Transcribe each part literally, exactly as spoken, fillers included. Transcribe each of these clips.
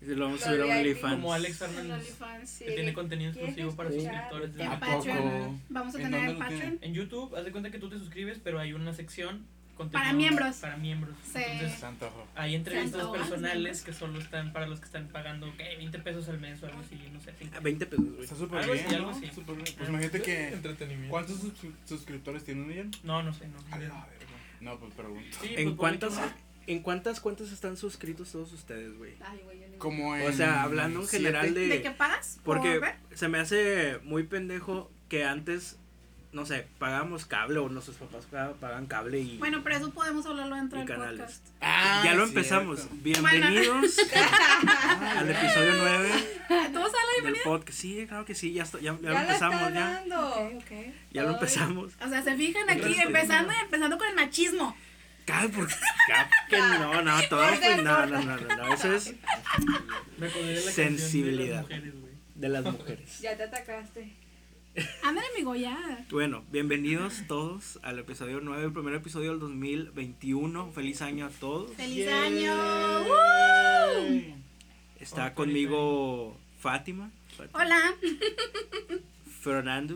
Lo vamos a subir a OnlyFans. Como Alex Fernández, Sí. que tiene contenido exclusivo para suscriptores. ¿A Patreon. Vamos a ¿En tener dónde el lo tiene? Patreon. En YouTube, haz de cuenta que tú te suscribes, pero hay una sección contenido Para miembros. Para miembros. Sí. Entonces, Se antojó. hay entrevistas Se antojan, personales sí. que solo están para los que están pagando, ¿qué? veinte pesos al mes o algo así, no sé. A veinte pesos, güey. Está súper Algo bien, así, algo ¿no? así. Súper bien. Pues imagínate que... Entretenimiento. ¿Cuántos sus- suscriptores tiene un millón? No, no sé, no. A la verga. No, pues pregunto. Sí, ¿En pues, cuántas, publica- ¿En cuántas cuentas están suscritos todos ustedes, güey? Ay, güey, yo ni- Como en O sea, hablando en siete. general de... ¿De qué pagas? ¿Por Porque ver? se me hace muy pendejo que antes, no sé, pagábamos cable o nuestros papás pagaban, pagan cable y, Bueno, pero eso podemos hablarlo dentro y del canales. podcast. Ah, Ya lo cierto. empezamos. Bienvenidos al episodio nueve ¿Todos a la del podcast. Sí, claro que sí, ya, está- ya, ya Ya lo la empezamos, está ya. dando. Ok, ok. Ya lo Ay. empezamos. O sea, se fijan aquí, Gracias. empezando y empezando con el machismo. Claro, porque claro que no, no, todo fue, no, no, no, no, no, eso es Me acordé de la Sensibilidad. canción de las mujeres, güey. de las mujeres. Ya te atacaste. Ándale, amigo, ya. Bueno, bienvenidos todos al episodio nueve, el primer episodio del dos mil veintiuno. Feliz año a todos. ¡Feliz Yeah. año! ¡Woo! Está Oh, conmigo Fátima, Fátima, Hola. Fernando.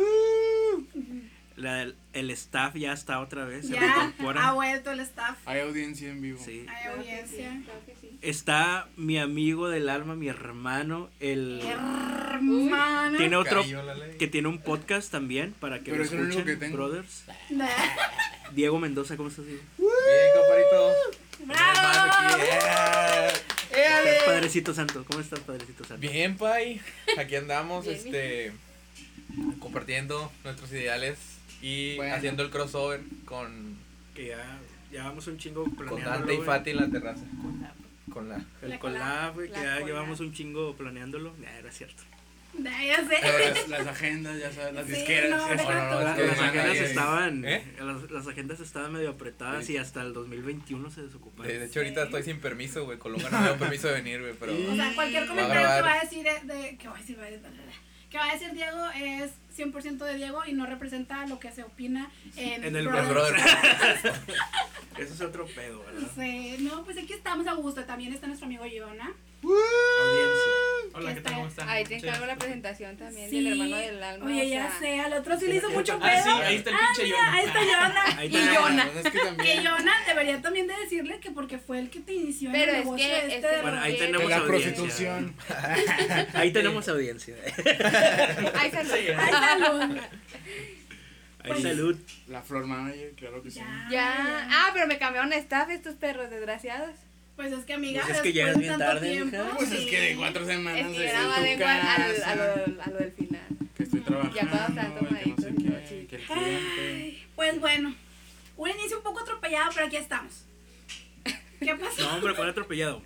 La- el staff ya está otra vez, se Ya reincorpora. ha vuelto el staff. Hay audiencia en vivo. Sí. Hay Claro que sí, audiencia. claro que sí. Está mi amigo del alma, mi hermano, el Hermano. tiene otro Cayó la ley. que tiene un podcast también para que Pero lo es el único escuchen, que tengo. Brothers. Nah. Diego Mendoza, ¿cómo estás, Diego? Bien, compadrito. ¡Bravo! ¿Estás, Padrecito Santo? ¿Cómo estás, Padrecito Santo? Bien, Pai. Aquí andamos, Bien, este, compartiendo nuestros ideales y Bueno. haciendo el crossover con, Que ya llevamos un chingo con planeándolo, Dante y güey. Fati en la terraza. Con la. El La collab, güey, que la ya collab. llevamos un chingo planeándolo. Nah, era cierto. Nah, ya sé. Pero las, las agendas, ya sabes, las Sí, disqueras. no, eso. deja tú. La- es que las manda agendas ahí, estaban ¿eh? las, las agendas estaban medio apretadas Sí. y hasta el dos mil veintiuno se desocuparon. De, de hecho, ahorita estoy sin permiso, güey. Colunga no me dio permiso de venir, güey, pero. O sea, cualquier Va a comentario que grabar. va a decir de, de- que va a decir, va a decir, que va a decir Diego es cien por ciento de Diego y no representa lo que se opina en, En el El Brothers. brother. Eso es otro pedo, ¿verdad? Sí, no, pues aquí estamos a gusto. También está nuestro amigo Giona. Audiencia. Hola, ¿qué tal? ¿Cómo están? Ahí te Muchas encargo la gracias. presentación también Sí. del hermano del alma. Oye, o ya sea, sé, al otro sí le hizo mucho pedo. Ah, sí, ahí está el pinche mira, Giona. ahí está Giona. Ahí Y tenemos- Giona. Pues es que Que también. Giona debería también de decirle que porque fue el que te inició en Pero el es negocio que este este- de Bueno, los- ahí de tenemos la audiencia. prostitución. Ahí tenemos audiencia. Ay, salud. Ay, salud. Ahí Pues- salud. La flor manager, claro que sí. Ya. Ya. Ah, pero me cambiaron staff estos perros desgraciados. Pues es que amiga, Pues es que después llegas de bien tanto tarde, tiempo, mija. Pues es sí. que de cuatro semanas Es que de yo nada más tu vengo al, al, casa, a, lo, a lo del final. que estoy trabajando, Ya cuando están que no sé tomaditos, qué, no, sí. que el cliente. Ay, pues bueno, un inicio un poco atropellado, pero aquí estamos. ¿Qué pasó? No, hombre, ¿cuál atropellado?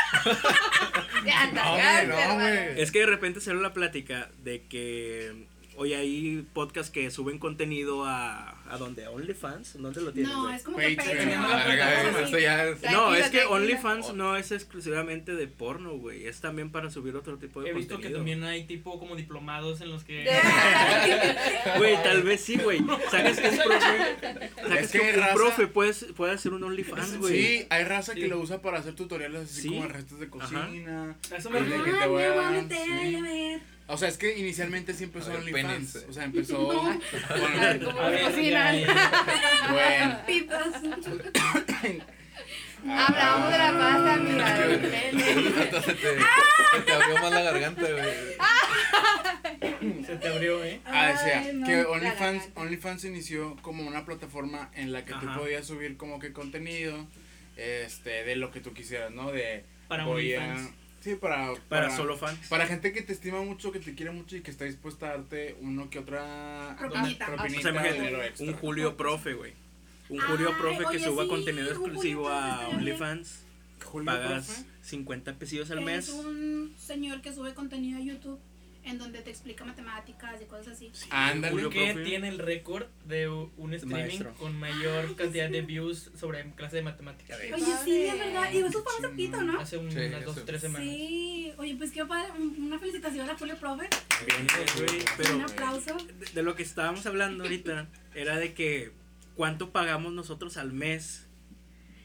Ya, No, ya, güey, no, hermano. güey. Es que de repente salió la plática de que hoy hay podcasts que suben contenido a ¿a dónde? ¿A OnlyFans? ¿Dónde lo tienen? No, güey? es como que Patreon. Patreon. Ah, Verga, Sí. eso ya es- No, Tranquilo, es que tranquilo. OnlyFans no es exclusivamente de porno, güey. Es también para subir otro tipo de He visto que contenido. también hay tipo como diplomados en los que... Güey, tal vez sí, güey. Sabes que un profe, sabes Es que, que un raza- profe puede, puede hacer un OnlyFans, güey. Sí, hay raza Sí. que lo usa para hacer tutoriales así Sí. como de recetas de cocina. A eso me Desde refiero. que te Ay, voy me a voy a dar, meter, sí. a ver. O sea, es que inicialmente sí empezó A ver, OnlyFans. penes. O sea, empezó. A ver, Bueno, ¿cómo A ver, cocinan? ya, ya. bueno. Pipas. Hablábamos de la pasta, mira. del pene. Entonces te, se te abrió más la garganta, güey. Se te abrió, ¿eh? Ah, decía Ay, no. que La OnlyFans, garganta. OnlyFans inició como una plataforma en la que tú Ajá. podías subir como que contenido este de lo que tú quisieras, ¿no? De Para voy a- OnlyFans. Sí, para, Para solo fans. Para gente que te estima mucho, que te quiere mucho y que está dispuesta a darte uno que otra Propinita. propinita O sea, imagínate, dinero extra. un Julio Profe, güey. Un Ay, Julio Profe que oye, suba sí, contenido un Julio exclusivo Profe a estaría bien. OnlyFans. Julio Pagas Profe. cincuenta pesillos al Es mes. un señor que sube contenido a YouTube en donde te explica matemáticas y cosas así. Ándale. Julio Que Profe. tiene el récord de un streaming Maestro. con mayor cantidad de views sobre clase de matemáticas. Oye, sí, es verdad. Y eso fue hace poquito, ¿no? Hace un- Sí, unas dos eso. o tres semanas. Sí. Oye, pues qué padre. Un- Una felicitación a Julio Profe. Bien, güey, Un pero aplauso. de, de lo que estábamos hablando ahorita era de que cuánto pagamos nosotros al mes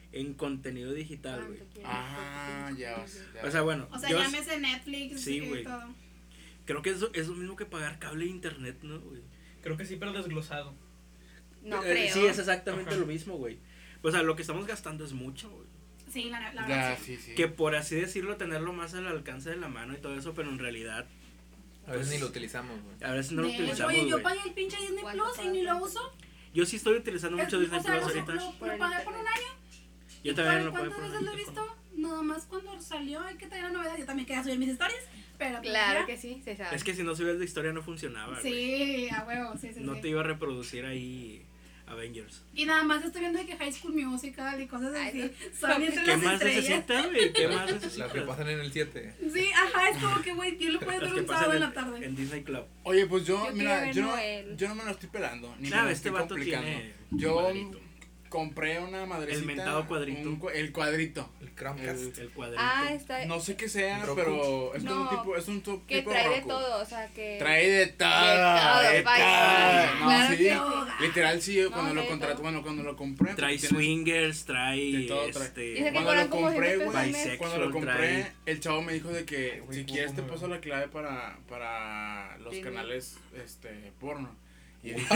en contenido digital, güey. Ah, ya, ya. O sea, bueno, O sea, yo llámese Netflix Sí, y güey. todo. creo que eso es lo mismo que pagar cable e internet, ¿no, güey? Creo que sí, pero desglosado. No Eh, creo. Sí, es exactamente Ajá. lo mismo, güey. O sea, lo que estamos gastando es mucho, güey. Sí, la, la Ya, verdad. Sí. sí, sí. Que por así decirlo, tenerlo más al alcance de la mano y todo eso, pero en realidad, A veces ni lo utilizamos, güey. a veces no lo De hecho, utilizamos, oye, yo güey. pagué el pinche Disney ¿Cuánto Plus y ni lo pagas? uso. Yo sí estoy utilizando mucho Es- Disney o sea, Plus lo, ahorita. lo, lo pagué por un año. Yo ¿Y también cuál- lo pagué ¿Cuántas por un veces lo he año. visto? Nada más cuando salió, hay que traer la novedad. Yo también quería subir mis stories, pero pues Claro ya. que sí, se sabe. Es que si no subías de historia no funcionaba, güey. Sí, a huevo, sí, sí, No sí. te iba a reproducir ahí Avengers. Y nada más estoy viendo de que High School Musical y cosas Ay, así. no. Son entre ¿Qué las más estrellas. necesitas, güey? ¿Qué más Las que necesitas? pasan en el siete. Sí, ajá, es como que, güey, ¿quién lo puede Las ver que un sábado pasan en en, la tarde? en Disney Club. Oye, pues yo, Yo quiero mira, ver yo no, Noel. yo no me lo estoy pelando, ni Nah, me lo este estoy vato complicando. tiene Yo cuadrito. compré una madrecita. El mentado cuadrito. un cua- el cuadrito. El Chromecast. El cuadrito. Ah, está. No sé qué sea, Roku. pero es como un No, tipo, es un tu- que tipo trae de Roku. todo, o sea que. Trae de todo. todo, de vaya. todo. No, Claro sí. que sí. Literal, sí, yo cuando No, lo de contraté, todo. bueno, cuando lo compré. Trae porque tienes- swingers, trae de todo trae. este. Dice que Cuando cobran lo como compré, cien pesos güey, al mes. bisexual. Cuando lo compré, trae- el chavo me dijo de que Güey, si ¿cómo quieres te me- paso la clave para, para los Disney. canales este porno. Y dije,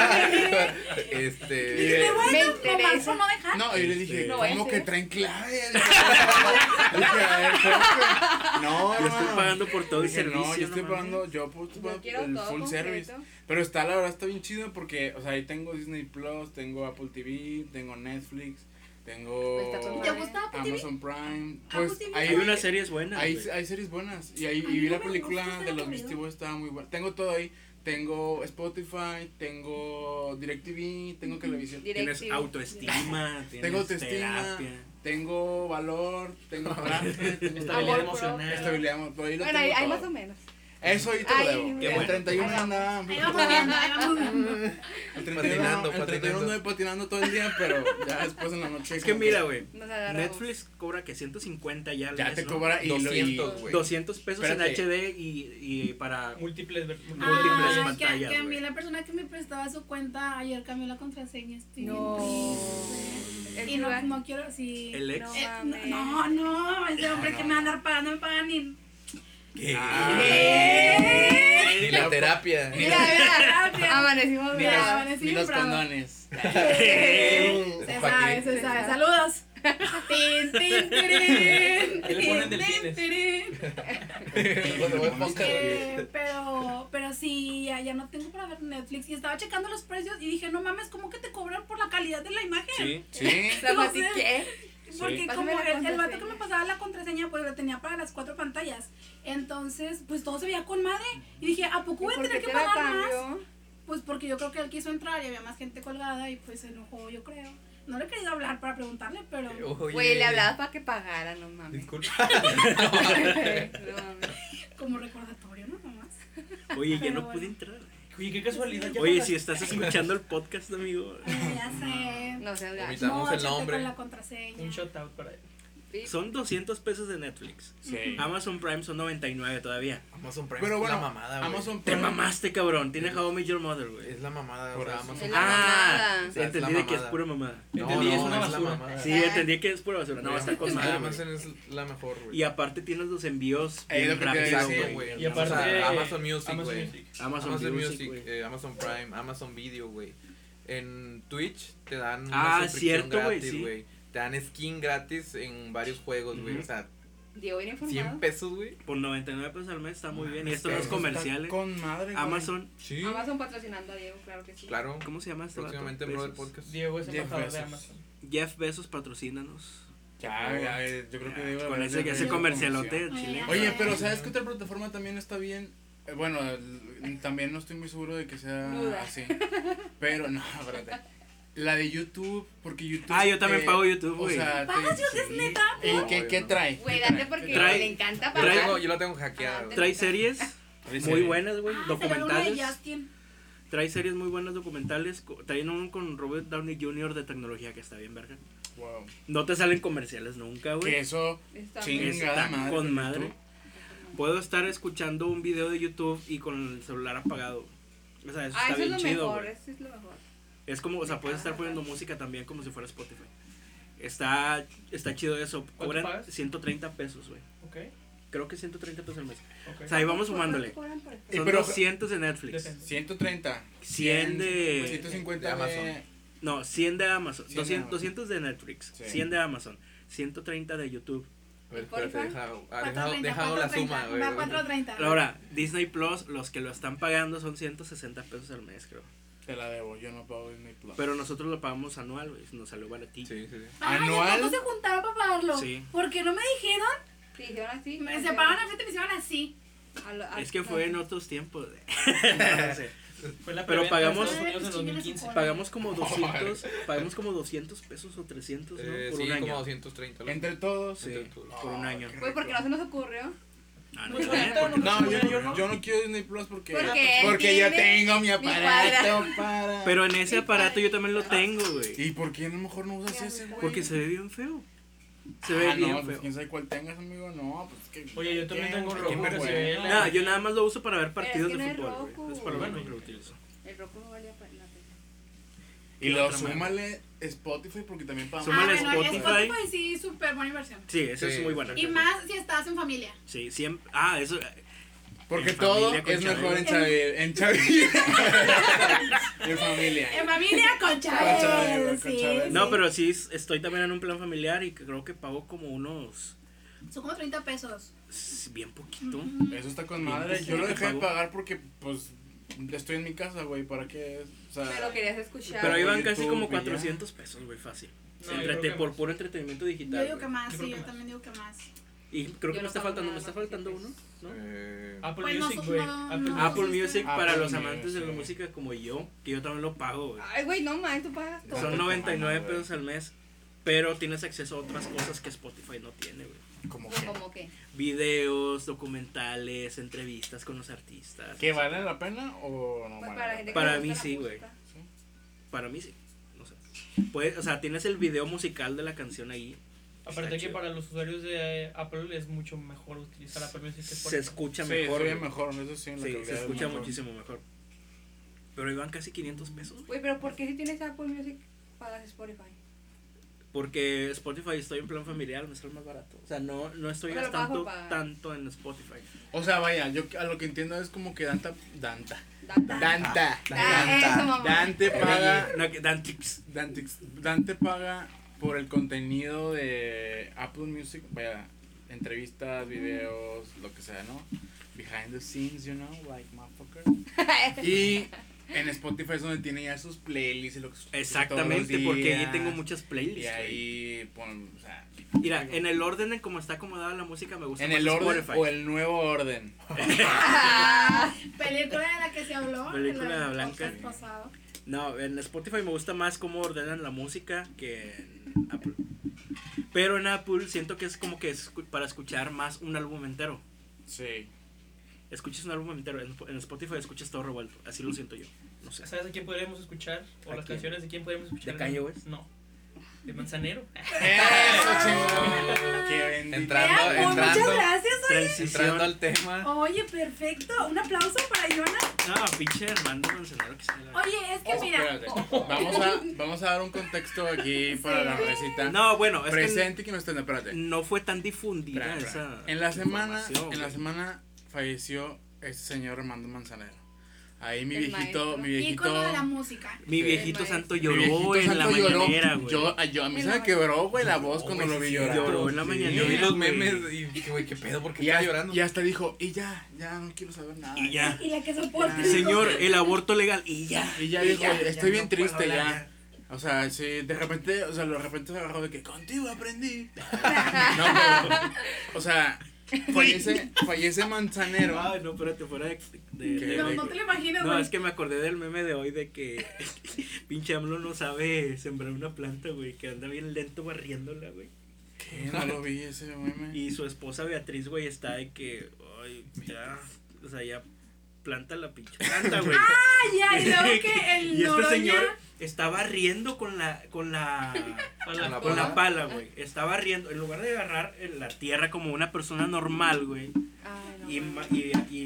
Este. Dije, Me bueno, interesa. nomás por no dejar. no, y le dije, No, ¿cómo ese. que traen clave? Dije, a ver, ¿cómo que? No, Yo estoy hermano. pagando por todo el Dije, servicio. no, yo estoy no pagando, mames. yo pues, Yo pago quiero el todo full completo. service. Pero está, la verdad, está bien chido porque, o sea, ahí tengo Disney Plus, tengo Apple T V, tengo Netflix, tengo Está todo ¿Te gusta Apple T V? Amazon Prime. Apple Pues T V ahí Hay Ay, unas series buenas. hay, güey. hay series buenas. Y, ahí, A y mí vi no la me película gusta, está de los aburrido. Beastie Boys, estaba muy buena. Tengo todo ahí. Tengo Spotify, tengo DirecTV, tengo televisión. Tienes DirecTV. autoestima, tienes Tengo autoestima, terapia. tengo valor, tengo coraje, tengo Estabilidad Amor emocional. estabilidad. Por ahí lo Bueno, hay, tengo hay todo. más o menos. Eso ahí te Ay, lo debo. qué El bueno. treinta y uno Ahí vamos. andaba. Ahí vamos viendo, ahí vamos viendo. El treinta y uno, Patinando, el treinta y uno patinando. anduve patinando todo el día, pero ya después en la noche. Es que como mira, güey. Nos agarramos. Netflix cobra que ciento cincuenta ya al Ya mes, te ¿no? cobra y lo- y- doscientos, güey. doscientos pesos Espérate. en H D y, y para Múltiples ver- Múltiples Ah, que, pantallas, que a mí güey. la persona que me prestaba su cuenta ayer cambió la contraseña. Estoy No. triste. El Y no, lugar. no quiero, sí. el ex. No Eh, mames. no, no, ese hombre no. que me va a andar pagando, me paga ni. ¿Qué? Ah. Y la terapia. Mira, mira. Amanecimos Ni Ya, bravos. amanecí los, ni los bravo. condones. Se ¿Pa' sabe, qué? se sabe. Saludos. Tin, tin, tirín, ¿Qué le ponen tin, delfines? tirín. Cuando voy a Ponca, Eh, pero, pero sí, ya, ya no tengo para ver Netflix. Y estaba checando los precios y dije, no mames, ¿cómo que te cobran por la calidad de la imagen? Sí. Sí. La No Mati, sé. ¿qué? Porque Sí. como Pásame la el, el vato que contraseña. me pasaba la contraseña, pues la tenía para las cuatro pantallas. Entonces, pues todo se veía con madre. Y dije, ¿a poco voy ¿Y a por tener qué que te la pagar más? cambió? Pues porque yo creo que él quiso entrar y había más gente colgada y pues se enojó, yo creo. No le he querido hablar para preguntarle, pero... Oye, Güey, le hablabas para que pagara, no mames. Disculpa. No mames. Como recordatorio, ¿no? Nomás. Oye, ya Pero no bueno. pude entrar. Oye, qué casualidad. ya Oye, pagaste. si estás escuchando el podcast, amigo, Eh, ya sé. No seas gacho. Omita- Damos el échate nombre. con la contraseña. Un shout out para él. son doscientos pesos de Netflix. Sí. Amazon Prime son noventa y nueve todavía. Amazon Prime Pero es bueno, la mamada, güey. Amazon Te Prime. mamaste, cabrón. Tiene How I Met Your Mother, güey. Es la mamada, Por o sea, eso. Amazon Es la Prime. Ah, mamada. O sea, es entendí la de que es mamada. pura mamada. No, Entendí, es no, una es la basura. mamada. Sí, entendí que es pura basura. No, está con madre, Amazon güey. es la mejor, güey. Y aparte tienes los envíos Eh, lo bien que te iba a rápido, decir, güey. güey. Y aparte, O sea, Amazon Music, Amazon güey. Music. Amazon, Amazon Music, Music, güey. eh, Amazon Prime, Amazon Video, güey. En Twitch te dan Ah, una suscripción cierto, güey, gratis, sí. güey. Te dan skin gratis en varios juegos, güey. Ujú. O sea, Diego bien informado. cien pesos, güey. Por noventa y nueve pesos al mes está muy bien. Y Mames, esto no es pero comercial, ¿eh? Con madre. güey. Amazon, Sí. Amazon patrocinando a Diego, claro que sí. Claro. ¿cómo se llama este vato? Próximamente en Brother Bezos. Podcast. Diego es Jeff embajador de Bezos. Amazon. Jeff Bezos, patrocínanos. Ya, ya, eh, yo creo que debe Con haber ese, de- ese de comercialote promoción. chileno. Oye, pero ¿sabes qué otra plataforma también está bien? Eh, bueno, el- también no estoy muy seguro de que sea Duda. así. Pero no, espérate. La de YouTube, porque YouTube. Ah, yo también eh, pago YouTube, O güey. sea, ¿Pagas te- YouTube, sí. neta? ¿Y No, qué, yo qué no. trae? Güey, ¿Qué date trae? porque ¿Qué Trae- le encanta Yo lo pagar. tengo, yo lo tengo hackeado. Ah, Trae series muy buenas, güey. Ah, será uno de Documentales. Justin. Trae series muy buenas documentales. co- Traen uno con Robert Downey junior de tecnología que está bien, verga. Wow. No te salen comerciales nunca, Que güey. eso, Está chingada Está madre. con con madre. YouTube. Puedo estar escuchando un video de YouTube y con el celular apagado. O sea, eso Ah, está eso es bien lo chido, mejor, güey. eso es lo mejor. Es como, o sea, puedes estar poniendo música también como si fuera Spotify. Está, está chido eso. ¿Cuánto Cobran pagas? ciento treinta pesos, güey. Ok, Creo que ciento treinta pesos al mes. ok. O sea, ahí vamos sumándole. ¿Cuánto cobran por esto? Sí, Son pero- doscientos de Netflix. Depende. ciento treinta. cien de- ciento cincuenta de de Amazon. No, cien de Amazon. cien de doscientos, Amazon. doscientos de Netflix. Sí. cien de Amazon. ciento treinta de YouTube. A ver, espérate, Spotify. deja, ah, deja, cuatrocientos treinta, deja hago la cuatrocientos suma, treinta, güey. va cuatrocientos treinta. Ahora, Disney Plus, los que lo están pagando son ciento sesenta pesos al mes, creo. Te la debo, yo no pago Disney Plus. Pero nosotros lo pagamos anual, güey. Nos salió baratito. Sí, sí, sí. Ay, ¿Anual? ¿cómo se juntaron para pagarlo? Sí. ¿Por qué no me dijeron? Sí, hicieron así. Me o se sea, pagaron al frente y me hicieron así. a lo- a- Es que fue en otros tiempos. No sé. Fue la Pero preventa pagamos- de Estados Unidos en Ay, dos mil quince. chingue Pagamos como doscientos, pagamos como doscientos pesos o trescientos, ¿no? Eh, por sí, un año. como doscientos treinta. Entre todos. Sí, entre todos. por un año. Güey, ¿por qué no se nos ocurrió? Ah, no, Pues, sé, ahorita porque- no- No, yo, yo no. yo no quiero Disney Plus porque, Porque él porque yo tiene tengo mi aparato para. Pero en ese Mi aparato yo padre. también lo tengo, güey. ¿Y por qué a lo mejor no usas ese, güey? Porque se ve bien feo. Se ve Ah, bien no, pues feo. quién sabe cuál tengas, amigo. No, pues es que. Oye, yo también ¿quién? tengo ¿Quién Roku, me pero juega? si ve la- Nada, yo nada más lo uso para ver Pero partidos es que de no es fútbol, güey. Roku. Es para lo Bueno, único que lo y- utilizo. El Roku no valía la pena. Y lo otra madre? súmale Spotify porque también pagamos. Súmale Ah, bueno, Spotify. Spotify sí, súper buena inversión. Sí, eso Sí. es muy bueno. Y más si estás en familia. Sí, siempre. Ah, eso. Porque En todo familia con es mejor en Chabelo. Chabel. En Chabel. En familia. En familia con Chabelo, Chabelo. con Sí, Chabelo. No, sí. pero sí es- estoy también en un plan familiar y creo que pago como unos. Son como treinta pesos. Bien poquito. Ujú. Eso está con Bien, madre. pues, Yo lo sí, dejé de pago. pagar porque, pues, estoy en mi casa, güey. ¿Para qué? O sea, Pero querías escuchar. Pero ahí van YouTube casi como y ya. cuatrocientos pesos, güey, fácil. No, yo Entrete- creo que por más. puro entretenimiento digital. Yo digo que güey. más, Yo sí, creo que yo más. también digo que más. Y creo Yo que me no está pago faltando, me nada está más que faltando cien uno, pesos. ¿no? Eh, Apple Pues no Music, so- güey. no- Apple no. Music. Apple existe. Music Apple para los Music, amantes de la sí. música como yo, que yo también lo pago, güey. Ay, güey, no man, tú pagas todo. Son no, noventa y nueve no, güey. pesos al mes, pero tienes acceso a otras cosas que Spotify no tiene, güey. como que. ¿Cómo qué? Videos, documentales, entrevistas con los artistas. ¿Que vale la pena o no Pues vale para la la gente que Para le mí gusta la sí, güey. música. Para mí sí, no sé. Puedes, o sea, tienes el video musical de la canción ahí. Aparte Está que chido. para los usuarios de eh, Apple es mucho mejor utilizar Apple Music que Se Spotify. escucha Sí, mejor. se oye güey. mejor, eso sí. la Sí, calidad se es escucha mejor. muchísimo mejor. Pero iban casi quinientos pesos, güey. Güey, pero ¿por qué si tienes Apple Music pagas Spotify? Porque Spotify estoy en plan familiar, me sale más barato. O sea, no, no estoy O sea, lo pagas gastando por pagar. tanto en Spotify. O sea, vaya, yo a lo que entiendo es como que Danta. Danta. Danta. Danta. Ah, eso, mamá. Dante paga. No, que Dantix. Dante, Dante paga por el contenido de Apple Music, vaya, entrevistas, videos, lo que sea, ¿no? Behind the scenes, you know, like motherfucker. Y en Spotify es donde tiene ya sus playlists y lo que escucha Exactamente, todos los porque ahí días. tengo muchas playlists. Y güey. ahí ponen, o sea, Mira, en el orden en cómo está acomodada la música me gusta en más el orden Spotify. o el nuevo orden. Película de la que se habló. en Película el blanca. podcast pasado. No, en Spotify me gusta más cómo ordenan la música que en Apple. Pero en Apple siento que es como que es escu- para escuchar más un álbum entero. Sí. Escuchas un álbum entero, en, en Spotify escuchas todo revuelto, así lo siento yo. No sé. ¿Sabes a quién podríamos escuchar? O ¿A las quién? canciones de quién podríamos escuchar. ¿De Kanye West? No. ¿De Manzanero? Eso, chingón. Qué bendito. Entrando, Mira, pues, muchas entrando, gracias. Transición. entrando al tema. Oye, perfecto. Un aplauso para Jonas. No, pinche Armando Manzanero que se la... Oye, es que Oh, mira. espérate. Vamos a, vamos a dar un contexto aquí para la recita. No, bueno, es Presente que no estén, que espérate. no fue tan difundida Espera, espera. esa En la semana, información, en la güey. semana falleció este señor Armando Manzanero. Ahí mi El viejito, maestro. mi viejito. Ícono de la música. Mi Sí. viejito El santo mi lloró viejito en la santo lloró. mañanera, güey. Yo, a- yo, a mí En se la me quebró, güey, la voz cuando güey, lo vi sí, llorar. lloró en la Sí. mañanera. Yo vi los güey. memes y dije, güey, ¿qué pedo? ¿Por qué Y, está ya- llorando? y hasta dijo, y ya, ya no quiero saber nada. Y ya. Y la que soporte. Ya. Señor, el aborto legal y ya. Y ya Y dijo, ya, estoy ya bien no puedo triste hablar ya. O sea, sí, de repente, o sea, de repente se agarró de que contigo aprendí. No, pero, o sea, fallece, fallece Manzanero. Ay, no, espérate, fuera de... de- ¿Qué? de- No, de- no te lo imaginas, No, güey. es que me acordé del meme de hoy de que pinche AMLO no sabe sembrar una planta, güey, que anda bien lento barriéndola, güey. ¿Qué? No lo vi ese meme. Y su esposa Beatriz, güey, está de que, ay, ya, o sea, ya planta la pinche planta, güey. Ah, ya, y luego que el Y este Noroña- señor está barriendo con la, con la, Con la- con la pala, güey. Está barriendo, en lugar de agarrar la tierra como una persona normal, güey. Ay, no, Y, man. ma- y, y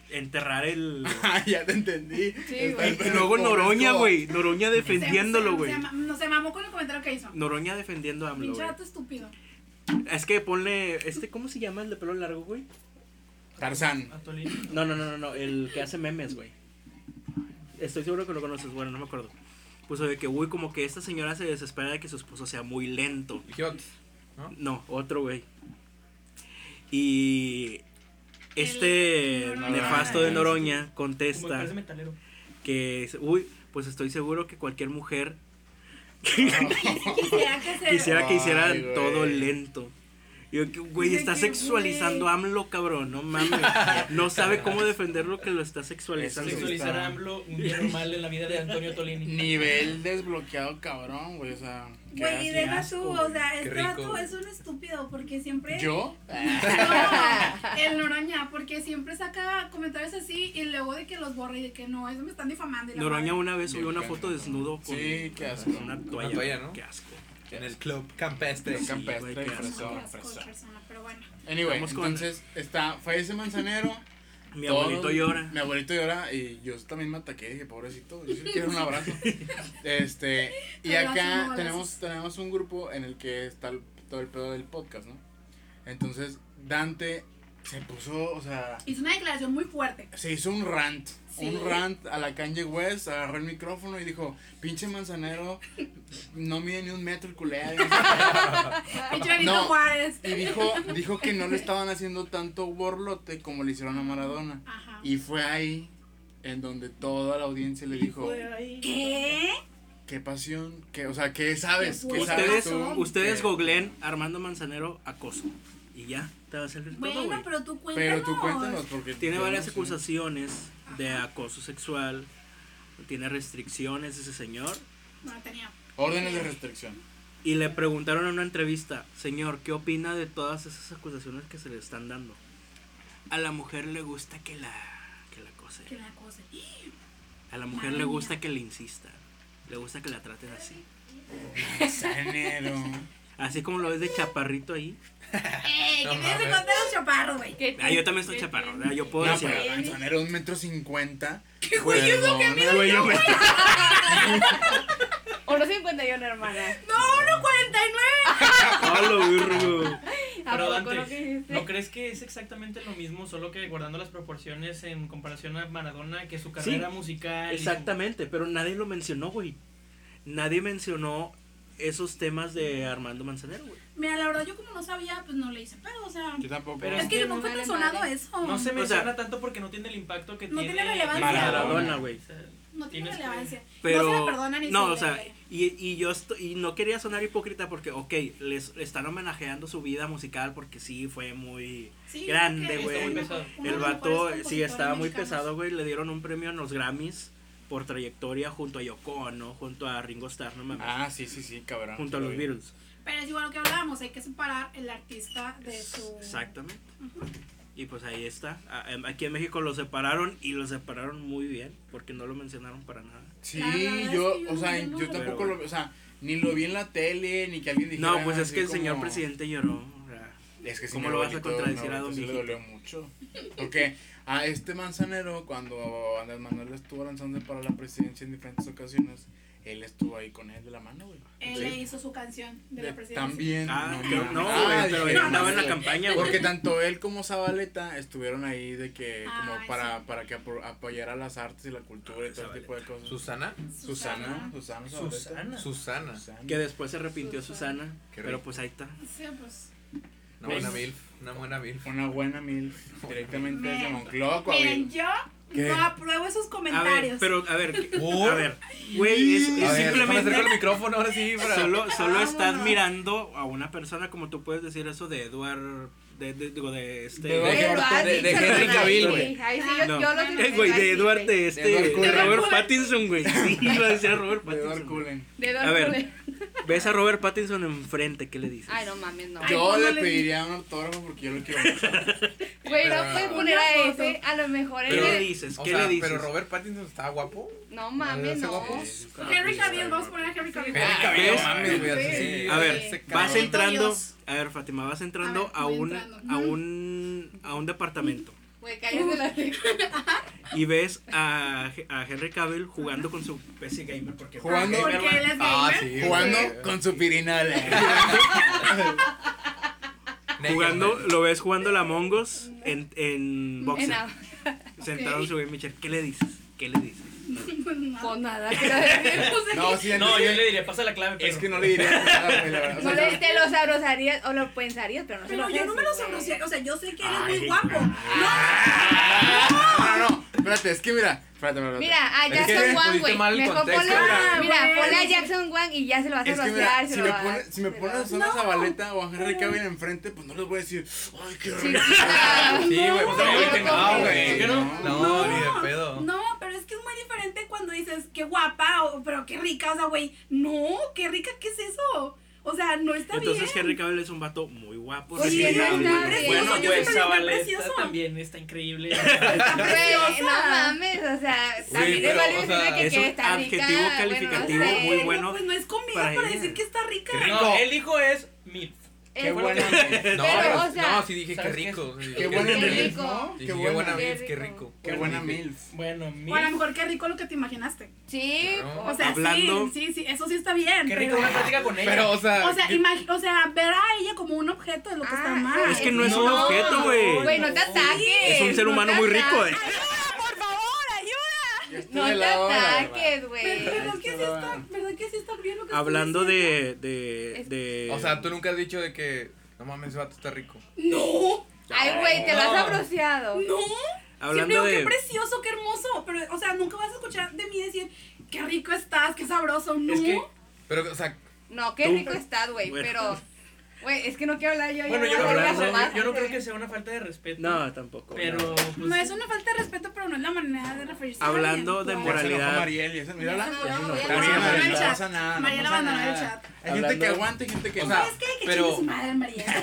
enterrar el... Ah, ya te entendí. Sí, Está güey. el Y pedo luego del Noroña, pobre güey. Noroña Se- defendiéndolo, se- güey. se ma- No se mamó con el comentario que hizo. Noroña defendiendo a AMLO, Pinche güey. vato estúpido. Es que ponle... Este, ¿cómo se llama el de pelo largo, güey? Tarzán. Atolini. No, no, no, no, no. El que hace memes, güey. Estoy seguro que lo conoces. Bueno, no me acuerdo. Puso de que, uy, como que esta señora se desespera de que su esposo sea muy lento. Idiot. ¿No? No, otro güey. Y este El Noroña. nefasto de Noroña Como que contesta parece metalero. que, uy, pues estoy seguro que cualquier mujer Quisiera que se... quisiera que hiciera Ay, güey. todo lento. Y yo, que, güey, De está que, sexualizando güey. a AMLO, cabrón, no mames. No sabe cómo defender lo que lo está sexualizando. Eso sí. Sexualizar está- a AMLO, un día normal en la vida de Antonio Tolini. Nivel desbloqueado, cabrón, güey. O sea, qué Güey, así deja asco, tú, güey. o sea, Qué este rico, vato güey. es un estúpido porque siempre... ¿Yo? No, el Noroña, porque siempre saca comentarios así y luego de que los borra y de que no, eso me están difamando. Y la Noroña madre. una vez subió una Bien, foto bien. desnudo con, Sí, qué asco. con una toalla. toalla, ¿no? Qué asco. En el club campestre. Sí, Campestre, güey, qué asco. fresón, Qué asco de fresón. persona, pero bueno. Anyway, Vamos con- entonces está, fallece Manzanero. Mi todos- abuelito llora. Mi abuelito llora y yo también me ataqué, dije, pobrecito, yo sí quiero un abrazo. Este, y Abrazos, acá no balazos. tenemos, tenemos un grupo en el que está el- todo el pedo del podcast, ¿no? Entonces, Dante se puso, o sea, Hizo una declaración muy fuerte. se hizo un rant, Sí. un rant a la Kanye West, agarró el micrófono y dijo, pinche Manzanero, no mide ni un metro el culero. Pinche Benito No. Juárez. Y dijo, dijo que no le estaban haciendo tanto borlote como le hicieron a Maradona. Ajá. Y fue ahí en donde toda la audiencia le dijo, ¿Qué? qué pasión, qué, o sea, ¿qué sabes? ¿Qué ¿Qué fue? sabes Ustedes, tú? ustedes ¿Qué? googleen Armando Manzanero acoso. Y ya, te va a salir todo, Bueno, güey. pero tú cuéntanos. Pero tú cuéntanos, porque... Tiene yo varias no sé. acusaciones de acoso sexual. Tiene restricciones ese señor. No tenía. Órdenes de restricción. Y le preguntaron en una entrevista, señor, ¿qué opina de todas esas acusaciones que se le están dando? A la mujer le gusta que la, que la acose. Que la cosa. A la mujer Madre le mía. gusta que le insista. Le gusta que la traten así. Manzanero. Así como lo ves de chaparrito ahí. ¡Ey! No ¿Qué tienes en mames. contra de los chaparros, güey? ¿Qué Ah, yo también estoy chaparro, ¿verdad? Yo puedo No, decir. pero Manzanero un metro cincuenta. ¿Qué güey es lo que Perdóname. Güey, yo me- uno cincuenta y uno, hermana. No, uno cuarenta y nueve. ¡Ah, lo virgo! ¿A Pero poco no Dante, que dijiste? ¿no crees que es exactamente lo mismo, solo que guardando las proporciones en comparación a Maradona, que su carrera musical? y su- Exactamente, pero nadie lo mencionó, güey. Nadie mencionó esos temas de Armando Manzanero, güey. Mira, la verdad, yo como no sabía, pues no le hice pedo, o sea. Yo tampoco. Pero Es que que no no fue vale tan sonado madre. eso. No se O menciona sea, tanto porque no tiene el impacto que no tiene tiene relevancia. Maradona, güey. O sea, No tiene tienes que- relevancia. Pero, no se le perdona ni no, se o le- sea, y, y yo esto- y no quería sonar hipócrita porque, ok, les le están homenajeando su vida musical porque sí fue muy Sí, grande, creo que güey. es Muy uno- pesado. uno de el los vato mejores sí compositores estaba muy mexicanos. pesado, güey. Le dieron un premio en los Grammys por trayectoria junto a Yoko Ono, junto a Ringo Starr, no mames, Ah, sí, sí, sí, cabrón. junto a los Beatles. Pero es igual lo que hablábamos, hay que separar el artista de su... Exactamente. Y pues ahí está. A- em, Aquí en México lo separaron y lo separaron muy bien porque no lo mencionaron para nada. Sí, La verdad es yo, que yo o no- sea, yo no yo lo tampoco veo. lo, o sea, ni lo vi en la tele, ni que alguien dijera. No, pues es así que el señor como- presidente lloró. o sea, Es que sí, ¿Cómo mi lo vas a abuelito- contradecir mi a don abuelito sí le viejito? dolió mucho. Porque a este Manzanero, cuando Andrés Manuel estuvo lanzando para la presidencia en diferentes ocasiones, él estuvo ahí con él de la mano, güey. Él Sí. le hizo su canción de De- la presidencia. También. Ah, no, creo- no, no, ah, güey, pero dije, él no, andaba no en la sé. campaña, güey. Porque tanto él como Zabaleta estuvieron ahí de que, como Ay, para, sí. para que apro- apoyara las artes y la cultura y todo ese tipo de cosas. ¿Susana? Susana, Susana, Zabaleta. Susana. Susana. Susana. Que después se arrepintió Susana, Qué pero rico. pues ahí está. Sí, pues... Una buena milf. Una buena milf. Una buena mil directamente desde Miren, Moncloa, Miren, Coahuila. yo ¿Qué? no apruebo esos A ver, comentarios. pero a ver, ¿qué- Oh. a ver, güey, es, es A ver, déjame simplemente acercar el micrófono ahora sí para... solo, solo estás Vámonos. mirando a una persona como tú puedes decir eso de Eduard, de, de, digo, de este... De De- Pero lo has de- de dicho, Henry hermana, Cavill, sí, güey. ahí sí, yo, No. yo lo Eh, güey, de Edward, de este, Edward de Cullen. Robert Pattinson, güey. Sí, iba a decir a Robert De Edward Pattinson. güey. Cullen. De A Edward ver. Cullen. Ves a Robert Pattinson enfrente, ¿qué le dices? Ay, no mames, no. Ay, Yo ¿cuándo le le- pediría un autógrafo porque yo lo quiero mucho. Güey, no Pero- puedes poner a Una ese, foto. a lo mejor ¿Qué él le es- dices? O ¿Qué sea, le dices? pero Robert Pattinson está guapo. No mames, ¿Está no. guapo? Henry Cavill, vamos a poner a Henry Cavill. Henry Ah, Cavill, ¿ves? no mames, güey, así, Sí. sí, A ver, ese vas cabrón. entrando, Dios. a ver, Fátima, vas entrando A ver, a, voy un entrando. a un a un departamento. Güey, cállate la boca. y ves a, a Henry Cavill jugando con su P C Gamer. Porque Jugando- Porque él es gamer. Ah, sí. Jugando güey. con su pirinola. jugando, lo ves jugando la Among Us en, en boxer. En la- Sentado Ok. en su Game Chair. ¿Qué le dices? ¿Qué le dices? Pues nada, quiero decir. No, sí, No, yo entonces- le diría, pasa la clave, pero. Es que no le diría nada, güey, la verdad. O No sea, le, te lo sabrosarías o lo pensarías, pero no se Pero lo yo no me lo ofreces, güey. sabrosé, o sea, yo sé que eres Ay, muy guapo. No, no, no, espérate, es que mira, espérate, espérate. Mira, a Es Jackson que Wang, pusiste güey. mal el Mejor contexto, ponle, mira. mira, Güey. ponle a Jackson Wang y ya se lo vas a Es que rociar, mira, se si lo me, vas- pone, si me se lo pones a vas- una No. Zabaleta o a Henry Cavill enfrente, pues no les voy a decir, ay, qué Sí, rico. claro. Sí, güey, pues No, obvio que no, no, güey. ¿qué no? No, ni de pedo. No, pero es que es muy diferente cuando dices qué guapa, o, pero qué rica, o sea, güey, no, qué rica, ¿qué es eso? O sea, no está Entonces bien. Henry Cavill es un vato muy guapo. Pues sí, respetable. no está bien. Bueno, Yo pues siempre digo que Zabaleta precioso. también está increíble. Güey, no mames, o sea, también es pero, válido o sea, decirme que es quiere un estar rica. adjetivo bueno, no calificativo sé. muy Pero, bueno pues no es comida para para, ella. decir que está rica. Qué rico. No, él dijo es MILF. Qué Es- buena. No, Pero, pero, o sea, no, sí dije que ¿sabes qué rico. sí, Qué que buena Qué rico. MILF, rico. ¿no? Dije, Qué qué buena buena Qué MILF, qué rico. rico. Qué buena MILF. Bueno, O a lo MILF. mejor qué rico lo que te imaginaste. Sí, Claro. o O sea, Hablando- sí, sí, sí, eso sí está bien. Qué rico pero, una plática con ella. Pero, o sea, o sea, ¿qué- imagi- o sea, ver a ella como un objeto es lo que está Ah, mal. Es que no es un No, objeto, güey. güey, no te ataques. Es un ser no humano te muy rico, ataques. eh. ¡Por favor, ayuda! Yo estoy No de te lado, la verdad. ataques, Pero, güey. ¿verdad que sí Esto está, va. verdad que sí está bien lo que estoy Hablando diciendo? de, de, de... O sea, tú nunca has dicho de que, no mames, ese vato está rico. No, Ay, güey, te lo has No. sabroseado. no. hablando Siempre digo, de... qué precioso, qué hermoso. Pero, o sea, nunca vas a escuchar de mí decir, qué rico estás, qué sabroso. No. Es que- Pero, o sea, No, qué Tú- rico estás, güey, Bueno. pero... Güey, es que no quiero hablar yo. Bueno, ya yo no, voy a creo que hablando- hacer sea, más, yo no creo güey. que sea una falta de respeto. No, tampoco. Pero. no. Pues, No es una falta de respeto, pero no es la manera de referirse a Hablando alguien. de Claro. Ya se enojó moralidad. Mariel, ya se, mírala. Ya se enojó, Ya se ya enojó. se Mariel, enojó. no el chat. pasa nada, no Mariela pasa abandonó el nada. chat. Hay gente que Hablando- aguanta y gente que O no. sea, ¿Sabes qué? Que pero- chingue su madre, María.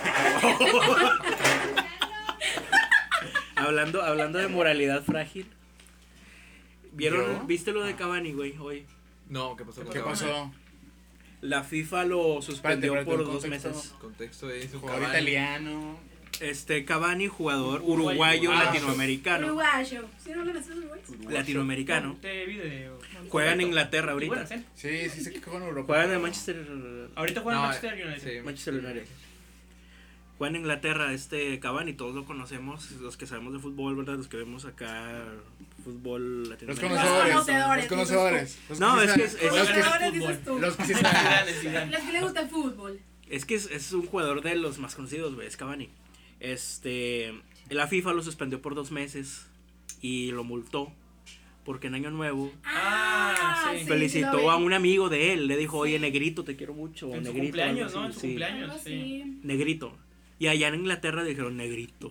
Hablando, hablando de moralidad frágil. ¿Vieron? ¿Yo? ¿Viste lo de Cavani, güey, hoy? no, ¿qué pasó? con ¿Qué Cavani? pasó? La FIFA lo suspendió Espérate, espérate, por el dos contexto. meses. Contexto de su Jugador Cavani. italiano. Este, Cavani, jugador Uruguayo. uruguayo, Ah, latinoamericano. Uruguayo. ¿Sí no hablan así los uruguayos? Latinoamericano. Ponte video. Juega en Correcto. Inglaterra Y ahorita. bueno, sí. Sí, sí sé que juega en Europa. Juega en el Manchester... Ahorita juega en No, Manchester United. sí, Manchester United. Juega en Inglaterra este Cavani, todos lo conocemos, los que sabemos de fútbol, ¿verdad? Los que vemos acá fútbol Los latinoamericano. conocedores. conocedores, Los conocedores. Los No, que es sí que saben. es- Los es- que- Conocedores, dices tú. Los que sí Zidane, saben. Zidane. Los que le gusta el fútbol. Es que es, es un jugador de los más conocidos, güey, es Cavani. Este, la FIFA lo suspendió por dos meses y lo multó porque en Año Nuevo Ah, sí. felicitó lo a vi. un amigo de él, le dijo, Sí. oye, negrito, te quiero mucho. En su negrito, cumpleaños, algo ¿no? así, En su sí. cumpleaños. Algo Sí. así. Negrito. Y allá en Inglaterra dijeron, negrito.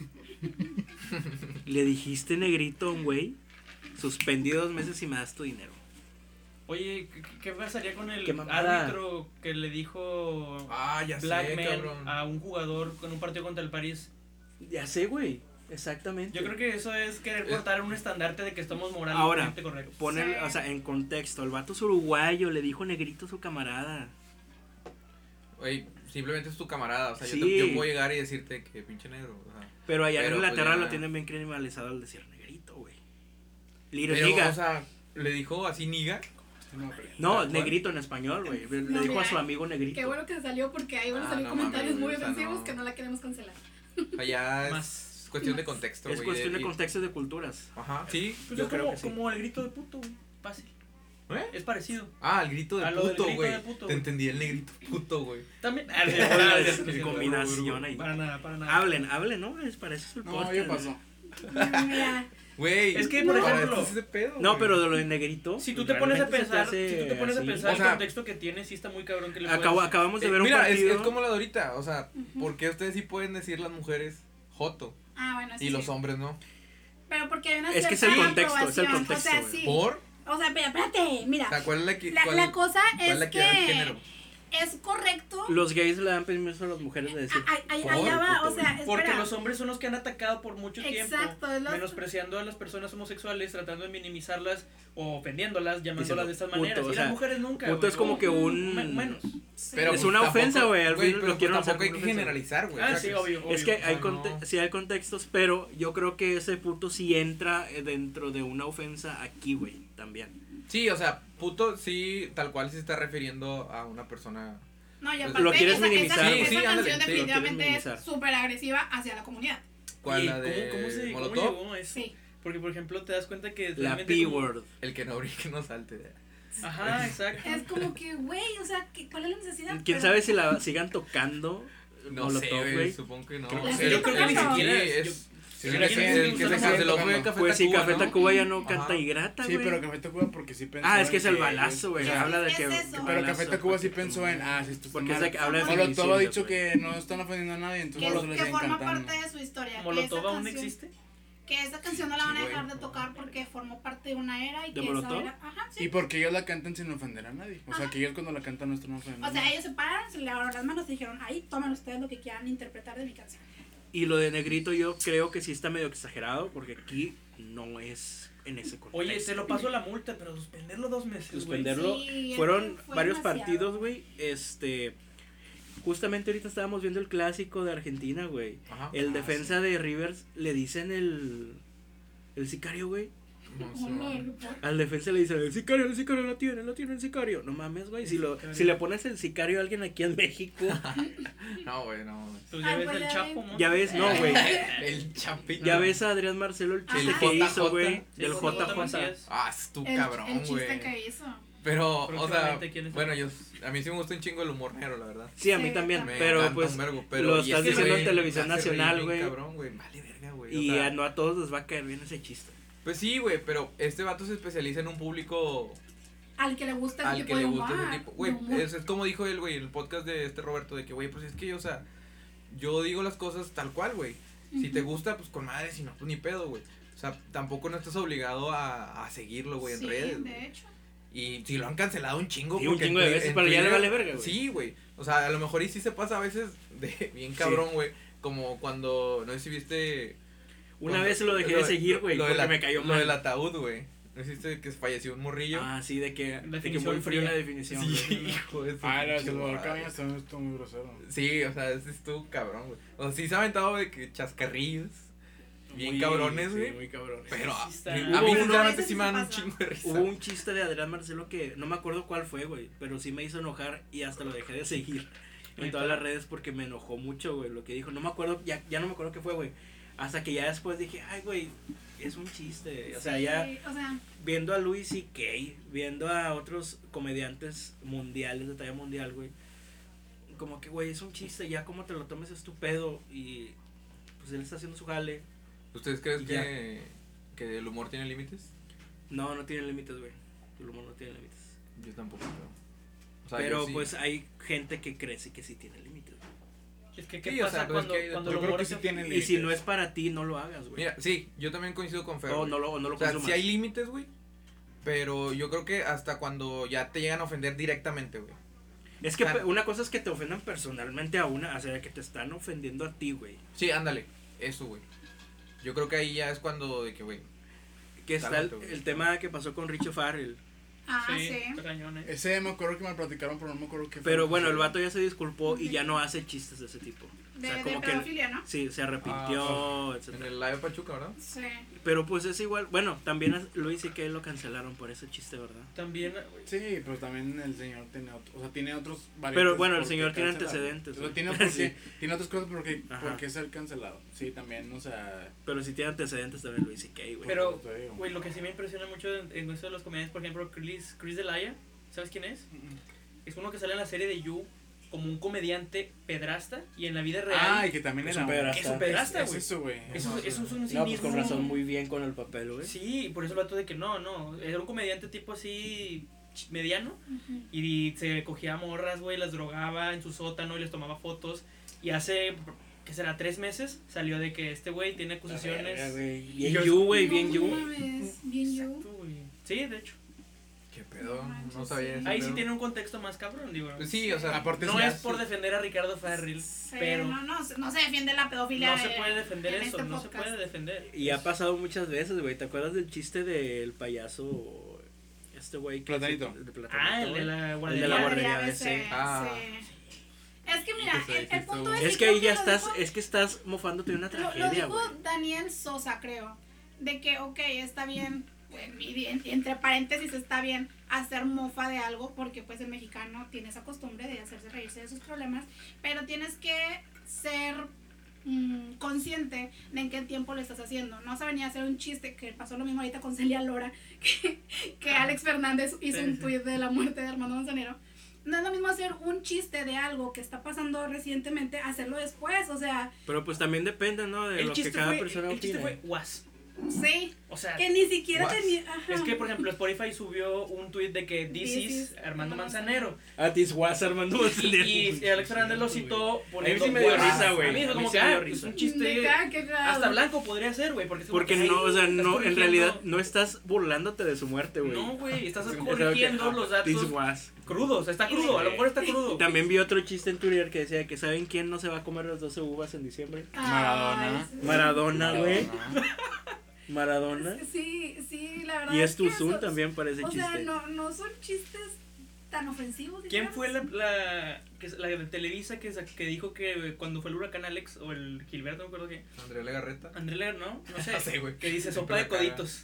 Le dijiste negrito a un güey, suspendí dos meses y me das tu dinero. Oye, ¿qué, qué pasaría con el Qué mamada. árbitro que le dijo Ah, ya sé, Blackman cabrón. a un jugador con un partido contra el París? Ya sé, güey, exactamente. Yo creo que eso es querer Eh. cortar un estandarte de que estamos Ahora, moralmente correctos. Poner, Sí. o sea, en contexto, el vato es uruguayo, le dijo negrito a su camarada. Güey, simplemente es tu camarada. O sea, Sí. yo, te- yo puedo llegar y decirte que pinche negro. O sea, Pero allá Pero, en pues, Inglaterra ya. lo tienen bien criminalizado al decir negrito, güey. Little pero, nigga. o sea, le dijo así niga. No, pero- No, ¿cuál? negrito en español, güey. Le No, dijo a mira, su amigo negrito. Qué bueno que salió porque ahí van a Ah, salir no comentarios mames, muy o sea, ofensivos no. que no la queremos cancelar. Allá es Más. cuestión de contexto, Es güey. cuestión de y- contexto y de culturas. Ajá, sí. Pues yo es creo como, que sí. como el grito de puto, güey. Fácil. ¿Eh? Es parecido. Ah, el grito de A lo del puto, grito güey. de puto, Te güey. entendí el negrito puto, güey. También. Es combinación ahí. Para nada, para nada. Hablen, hablen, ¿no? Es para eso es el No, podcast. ya pasó. Mira, Güey. Es que, por para ejemplo, esto es ese pedo, No, güey. pero de lo de negrito. Si tú te pones a realmente se te pensar, hace si tú te pones a así. pensar O sea, el contexto que tiene, sí está muy cabrón que le Acabo- puedas- acabamos de Eh, ver un mira, es, partido. es como la de ahorita. O sea, ¿por qué ustedes sí pueden decir las mujeres joto ah, bueno, sí. y los sí. hombres no? Pero porque hay una Es que es cierta el contexto, es el aprobación, contexto, O sea, güey. sí. ¿Por? O sea, espera, espérate, mira. O sea, ¿cuál es la, equi- La, cuál- la cosa cuál es la equidad de que género? es correcto. Los gays le dan permiso a las mujeres de decir. Ay, ay, "Por allá va, puto, o sea, güey". Porque espera. los hombres son los que han atacado por mucho tiempo, Exacto, es los- menospreciando a las personas homosexuales, tratando de minimizarlas o ofendiéndolas, llamándolas de estas puto, maneras. o y sea, las mujeres nunca. puto güey. es como que un- Me- menos. Sí. Pero Es pues una tampoco- ofensa, güey, al fin pero lo pues quieren hacer tampoco hay como que una ofensa. generalizar, güey. Ah, O sea, sí, que- obvio, obvio. Es que hay, sea, conte- no. sí hay contextos, pero yo creo que ese puto sí entra eh, dentro de una ofensa aquí, güey, también. Sí, o sea, puto sí, tal cual se está refiriendo a una persona. No, y Lo aparte, quieres esa, minimizar. esa, Sí, esa sí, ándale, canción sí, lo quieres definitivamente minimizar. es súper agresiva hacia la comunidad. ¿Cuál? ¿Y La de ¿Cómo, cómo, se, cómo Molotov? llegó a eso? Sí. Porque, por ejemplo, te das cuenta que La realmente como- P-word. El que no brinque no salte. Ajá, exacto. Es como que, güey, o sea, ¿qué- ¿cuál es la necesidad? ¿Quién Pero- sabe si la sigan tocando? No Molotov, sé, güey, güey. supongo que no. Creo que El- sí. el- Yo creo que el- ni siquiera sí, es- es- yo- sí, sí, el que sí, se- sí, el que sí, se sí, canceló sí, fue sí, Café Pues sí, Tacuba, Café ¿no? Tacuba ya no Ajá. canta y grata, Sí, güey. pero Café Tacuba porque sí pensó Ah, es que en es el balazo, güey. Es- Habla de es que. eso. que Pero balazo, Café Tacuba sí porque- pensó en, ah, si esto está Porque es mal. de que habla de Molotov ha feminicidios, dicho güey. que no están ofendiendo a nadie, que, entonces es- por eso les que siguen forma cantando. parte de su historia. que ¿Molotov esa aún canción- existe? Que esa canción no la van a Sí, dejar güey. de tocar porque formó parte de una era y ¿De que esa Molotov? era. Ajá, sí. Y porque ellos la cantan sin ofender a nadie. O sea, que ellos cuando la cantan no están ofendiendo. O sea, ellos se pararon, se le agarraron las manos y dijeron, ahí, tomen ustedes lo que quieran interpretar de mi canción. Y lo de Negrito yo creo que sí está medio exagerado porque aquí no es en ese contexto. Oye, te lo paso la multa, pero suspenderlo dos meses, güey. Suspenderlo. Sí, es Fueron que fue varios demasiado. partidos, güey. Este. Justamente ahorita estábamos viendo el clásico de Argentina, güey. Ajá. El Ah, defensa de Rivers le dicen el. El sicario, güey. No sé, Hola, güey. Al defensa le dicen el sicario, el sicario lo tiene, lo tiene el sicario. No mames, güey. El Si, lo, sicario. si le pones el sicario a alguien aquí en México, No, güey, no. güey. Pues ya Ay, ves pues el ya Chapo, ves. ¿no? ya ves, no, güey. El chapito. Ya ves a Adrián Marcelo el chiste El que J J. hizo, güey. Sí, Del sí, J J. J. Macías. Ah, es tu El, cabrón, el chiste güey. que hizo. Pero, o sea, Próximamente, ¿quién es? bueno, yo, a mí sí me gusta un chingo el humor negro, la verdad. Sí, a mí Sí, también. también. Me Pero encanta pues. un vergo, pero lo y estás este diciendo güey en televisión me hace reír nacional, bien güey. Cabrón, güey, vale verga, güey. o Y sea, a, no a todos les va a caer bien ese chiste. Pues sí, güey, pero este vato se especializa en un público Al que le gusta ese al tipo que de le humor. gusta ese tipo. Güey, de humor. es, es como dijo él, güey, en el podcast de este Roberto, de que, güey, pues es que, o sea, yo digo las cosas tal cual, güey. Si te Ujú. gusta, pues con madre, si no, pues ni pedo, güey. O sea, tampoco no estás obligado a, a seguirlo, güey, en Sí, redes. güey. de hecho. Y si lo han cancelado un chingo, Sí, un porque chingo de en Twi- veces, en pero ya le Twitter- vale verga, güey. Sí, güey. O sea, a lo mejor y sí se pasa a veces de bien cabrón, güey. Como cuando, no sé si viste. Una cuando- vez lo dejé de seguir, güey, lo porque del me cayó Lo mal. del ataúd, güey. ¿No viste que falleció un morrillo? Ah, sí, de que, de que Definición muy frío fría. la definición. sí, güey. hijo de su Ah, la de pinche Salvador madre. Cabañas también estuvo muy grosero. Sí, o sea, ese estuvo cabrón, güey. O sea, sí se ha aventado de que chascarrillos. Bien Muy- cabrones, sí, güey. muy cabrones. Pero a, Sí está. a mí Hubo uno- sinceramente a sí me dan un veces sí chingo de risa. Hubo un chiste de Adrián Marcelo que no me acuerdo cuál fue, güey, pero sí me hizo enojar y hasta lo dejé de seguir en Neta. todas las redes porque me enojó mucho, güey, lo que dijo. No me acuerdo, ya, ya no me acuerdo qué fue, güey. Hasta que ya después dije, ay, güey, es un chiste. O sea, Sí, ya o sea, viendo a Louis C K, viendo a otros comediantes mundiales, de talla mundial, güey. Como que, güey, es un chiste, ya como te lo tomes es tu pedo y pues él está haciendo su jale. ¿Ustedes creen Ya. que, que el humor tiene límites? No, no tiene límites, güey. El humor no tiene límites. Yo tampoco creo. O sea, Pero yo sí. pues hay gente que crece que sí tiene límites, güey. Es que, ¿qué Sí, o pasa sea, pero es cuando, que hay de cuando todo. el Yo creo humor que es sí en- tiene Y límites. si no es para ti, no lo hagas, güey. Mira, sí, yo también coincido con Fer. O güey. no lo, o no lo O sea, consumas. sí hay límites, güey. Pero yo creo que hasta cuando ya te llegan a ofender directamente, güey. Es que Ah. pe- una cosa es que te ofendan personalmente a una, o sea, que te están ofendiendo a ti, güey. Sí, ándale. Eso, güey. Yo creo que ahí ya es cuando de que, güey. Que está el, Cálmate, güey. el tema que pasó con Richo Farrell. ah, Sí, sí. cañón, eh. Ese me acuerdo que me platicaron, pero no me acuerdo qué fue. Pero bueno, el vato ya se disculpó y ya no hace chistes de ese tipo. O De, sea, de como que pedofilia, ¿no? sí, se arrepintió, En etcétera. el live Pachuca, ¿verdad? Sí. Pero pues es igual, bueno, también a Luis y que lo cancelaron por ese chiste, ¿verdad? También, Sí, pero también el señor tiene otro, o sea, tiene otros variantes Pero bueno, el por qué señor tiene cancelarlo. antecedentes, O sea, güey. tiene, por qué- Sí. tiene otras cosas por qué, Ajá. por qué ser cancelado. Sí, también, o sea... Pero sí tiene antecedentes también Luis y Kay, güey. Pero, te digo. güey, lo que sí me impresiona mucho en, en esto de los comediantes, por ejemplo, Chris, Chris D'Elia, ¿sabes quién es? Es uno que sale en la serie de You como un comediante pedrasta y en la vida real. Ah, y que también Es era... un pedrasta. Es un pedrasta, Es güey. eso, güey. Eso, Ajá. eso es un No, cinismo. pues con razón, muy bien con el papel, güey. Sí, por eso el vato de que no, no, era un comediante tipo así ch- mediano Ujú. y se cogía morras, güey, las drogaba en su sótano y les tomaba fotos y hace, ¿qué será? Tres meses salió de que este güey tiene Verga, acusaciones. güey. Y Bien yo- you, güey, No bien you. mames, bien you. Exacto, güey. Sí, de hecho. Qué pedo, No manches, no sabía sí. eso. Ahí sí tiene un contexto más cabrón, digo. Pues sí, o sea, Aparte No es es por defender a Ricardo Farrell, Sí, pero no, no, se- no se defiende la pedofilia. no se eh, puede defender en eso, este no se podcast. puede defender. Y ha pasado muchas veces, güey. ¿Te acuerdas del chiste del payaso? Este güey. que- Platanito. de Platanito, Ah, el de güey. la El guardería. de la Guardería guardería, B C, sí. Ah. sí. Es que mira, Y que se el, el dijiste, punto güey. es, Es y que creo ahí ya lo estás, dijo- es que estás mofándote de una Lo, lo tragedia, dijo güey. Daniel Sosa, creo, de que, ok, está bien, pues, y en- entre paréntesis está bien hacer mofa de algo, porque pues el mexicano tiene esa costumbre de hacerse reírse de sus problemas, pero tienes que ser mm, consciente de en qué tiempo lo estás haciendo. No vas a venir a hacer un chiste, que pasó lo mismo ahorita con Celia Lora, que, que Alex Fernández hizo Sí, un sí. tuit de la muerte de Armando Manzanero. No es lo mismo hacer un chiste de algo que está pasando recientemente, hacerlo después, o sea, Pero pues también depende, ¿no? De El lo que chiste cada fue, persona el chiste opine. fue was. sí, O sea, que ni siquiera What? tenía... ajá. es que por ejemplo Spotify subió un tweet de que this, This is is Armando Armando Manzanero. A ti was Armando Y, Manzanero. y, y Alex Fernández lo citó poniendo sí me dio was. risa, güey. A mí A fue mí como sí que me dio ah, risa. es un De chiste que, ah, qué cagado. hasta blanco podría ser, güey, porque es como Porque que, no, o sea, ay, estás no, en corrigiendo- realidad no estás burlándote de su muerte, güey. No, güey, estás Es algo corrigiendo que, los ah, this datos was. crudos, está crudo, a lo mejor está crudo. Y también vi otro chiste en Twitter que decía que ¿saben quién no se va a comer las doce uvas en diciembre? Maradona. Ay, sí. Maradona, güey. Maradona. Maradona. Sí, sí, la verdad. Y es es que tu Zoom eso- también para ese O sea, chiste. no, no son chistes tan ofensivos. ¿Quién digamos. fue la, la, que, la de Televisa que, sa- que dijo que cuando fue el huracán Alex o el Gilberto, no me acuerdo qué? Andrea Legarreta. André Leer, ¿no? No sé. No sé, güey. Que dice Siempre sopa de la caga. coditos.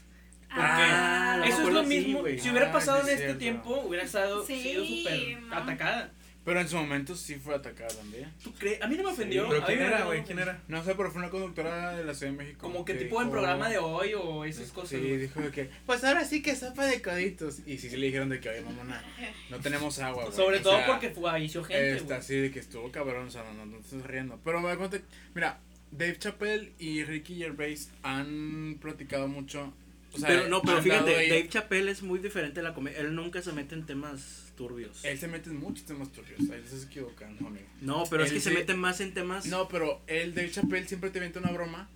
Ah, no Eso es recuerdo, lo sí, mismo. güey. Si hubiera Ah, pasado sí en es este cierto. tiempo, hubiera estado, Sí, sido súper no. atacada. Pero en su momento sí fue atacada también. ¿Tú crees? A mí no me ofendió. Pero a mí ¿quién me era, no me güey? ¿Quién ofendió. era? No sé, pero fue una conductora de la Ciudad de México. Como que que tipo en dijo- programa de hoy o esas cosas. Sí, güey. dijo de que, pues ahora sí que sopa de coditos. Y sí, sí le dijeron de que, oye, mamona, no tenemos agua, güey. Sobre O todo sea, porque fue falleció gente. Está güey. así de que estuvo cabrón, o sea, no, no, no te estás riendo. Pero me da cuenta, mira, Dave Chappelle y Ricky Gervais han platicado mucho. O sea, Pero no, pero han dado fíjate, ahí- Dave Chappelle es muy diferente de la comedia. Él nunca se mete en temas turbios. Él se mete en muchos temas turbios, ahí te estás equivocando, amigo. No, pero es él que se sí- mete más en temas No, pero él, Dave Chappelle, siempre te avienta una broma.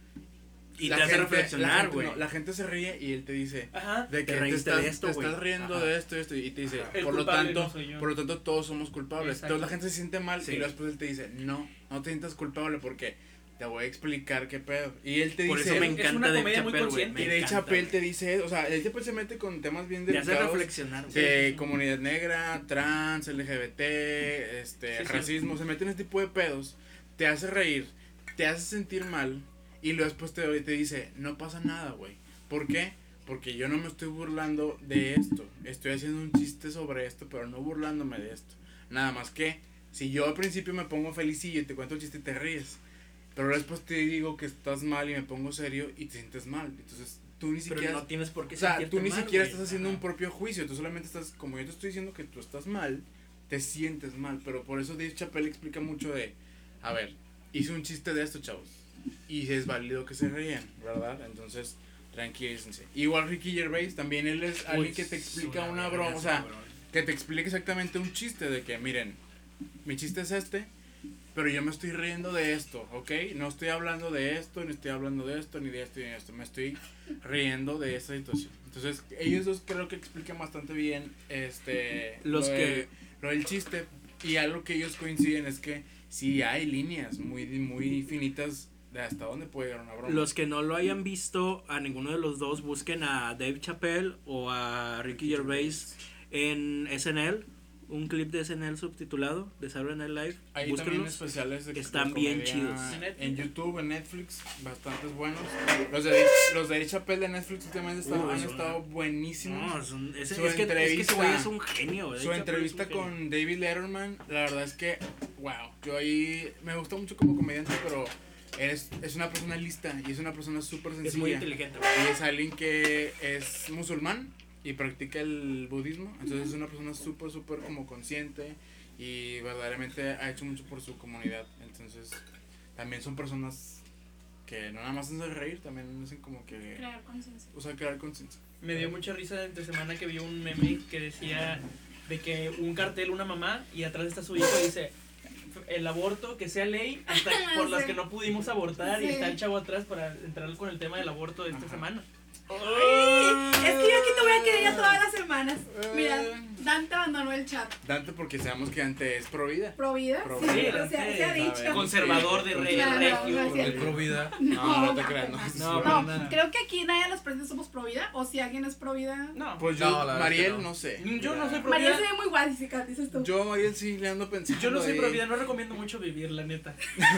y la te hace gente- la reflexionar, gente- güey. no, la gente se ríe y él te dice Ajá. de que Te te, reíste estás, de esto, te güey. estás riendo Ajá. de esto y esto y te dice, El por lo culpable tanto, no soy yo. por lo tanto todos somos culpables. Exacto. Entonces la gente se siente mal Sí. y luego después él te dice, "No, no te sientas culpable porque te voy a explicar qué pedo." Y él te Por dice eso me es encanta una Dave comedia muy Chappelle, güey. consciente. me y Dave encanta, Chappelle güey. te dice, o sea, Dave Chappelle se mete con temas bien Te hace delicados reflexionar, güey. de Sí, sí. comunidad negra, trans, L G B T, este, Sí, sí. racismo, se mete en ese tipo de pedos, te hace reír, te hace sentir mal y luego después te, te dice, no pasa nada, güey. ¿Por qué? Porque yo no me estoy burlando de esto, estoy haciendo un chiste sobre esto, pero no burlándome de esto. Nada más que, si yo al principio me pongo felicillo y te cuento el chiste y te ríes, pero después te digo que estás mal y me pongo serio y te sientes mal. Entonces tú ni Pero siquiera... no tienes por qué O sea, sentirte tú ni mal, siquiera güey. estás haciendo Ajá. un propio juicio, tú solamente estás, como yo te estoy diciendo que tú estás mal, te sientes mal, pero por eso Dave Chappelle explica mucho de, a ver, hice un chiste de esto, chavos, y es válido que se ríen, ¿verdad? Entonces, tranquilícense. Igual Ricky Gervais, también él es alguien Uy, que te es explica una verga broma, o ese sea, cabrón. que te explica exactamente un chiste de que, miren, mi chiste es este, pero yo me estoy riendo de esto, ¿ok? No estoy hablando de esto, ni estoy hablando de esto, ni de esto, ni de esto. Me estoy riendo de esta situación. Entonces, ellos dos creo que explican bastante bien este Los lo que- de- lo del chiste. Y algo que ellos coinciden es que sí hay líneas muy, muy finitas de hasta dónde puede llegar una broma. Los que no lo hayan visto, a ninguno de los dos, busquen a Dave Chappelle o a Ricky Gervais en S N L, un clip de S N L subtitulado de Saturday Night Live. Hay también Búsquenlos. especiales de que de están bien comedia chidos. ¿En Netflix? En YouTube, en Netflix, bastantes buenos. Los de los de Chappelle de Netflix últimamente están- Uh, han son- estado buenísimos. No, son- ese- Su es, que, es que entrevista- ese güey es un genio. Dave Su Chappelle entrevista es un genio. con David Letterman, la verdad es que, wow, yo ahí me gusta mucho como comediante, pero es, es una persona lista y es una persona súper Es muy sencilla. inteligente. güey. Y es alguien que es musulmán y practica el budismo, entonces es una persona súper, súper como consciente y verdaderamente ha hecho mucho por su comunidad. Entonces también son personas que no nada más hacen reír, también hacen como que, Crear conciencia. o sea, crear conciencia. Me dio mucha risa entre semana que vi un meme que decía de que un cartel, una mamá, y atrás está su hijo y dice, el aborto, que sea ley, hasta por las Sí. que no pudimos abortar, y Sí. está el chavo atrás para entrar con el tema del aborto de esta Ajá. semana. Es que yo aquí te voy a que diga todas las semanas. Mira, Eh. Dante abandonó el chat. Dante, porque sabemos que antes es pro vida. ¿Pro vida? Pro Sí, vida. o sea, se ha Sí, dicho. sabe. Conservador de rey, Claro, regio. no es El pro vida. No, no te no, creas, no. No, No, para nada. creo que aquí nadie de los presentes somos pro vida. O si alguien es pro vida. No. Pues yo, No, la verdad Mariel, es que no. no sé. Yo no soy pro María vida. se ve muy guay, dices tú. Yo, Mariel, sí le ando pensando. Yo no soy ahí. pro vida, no recomiendo mucho vivir, la neta.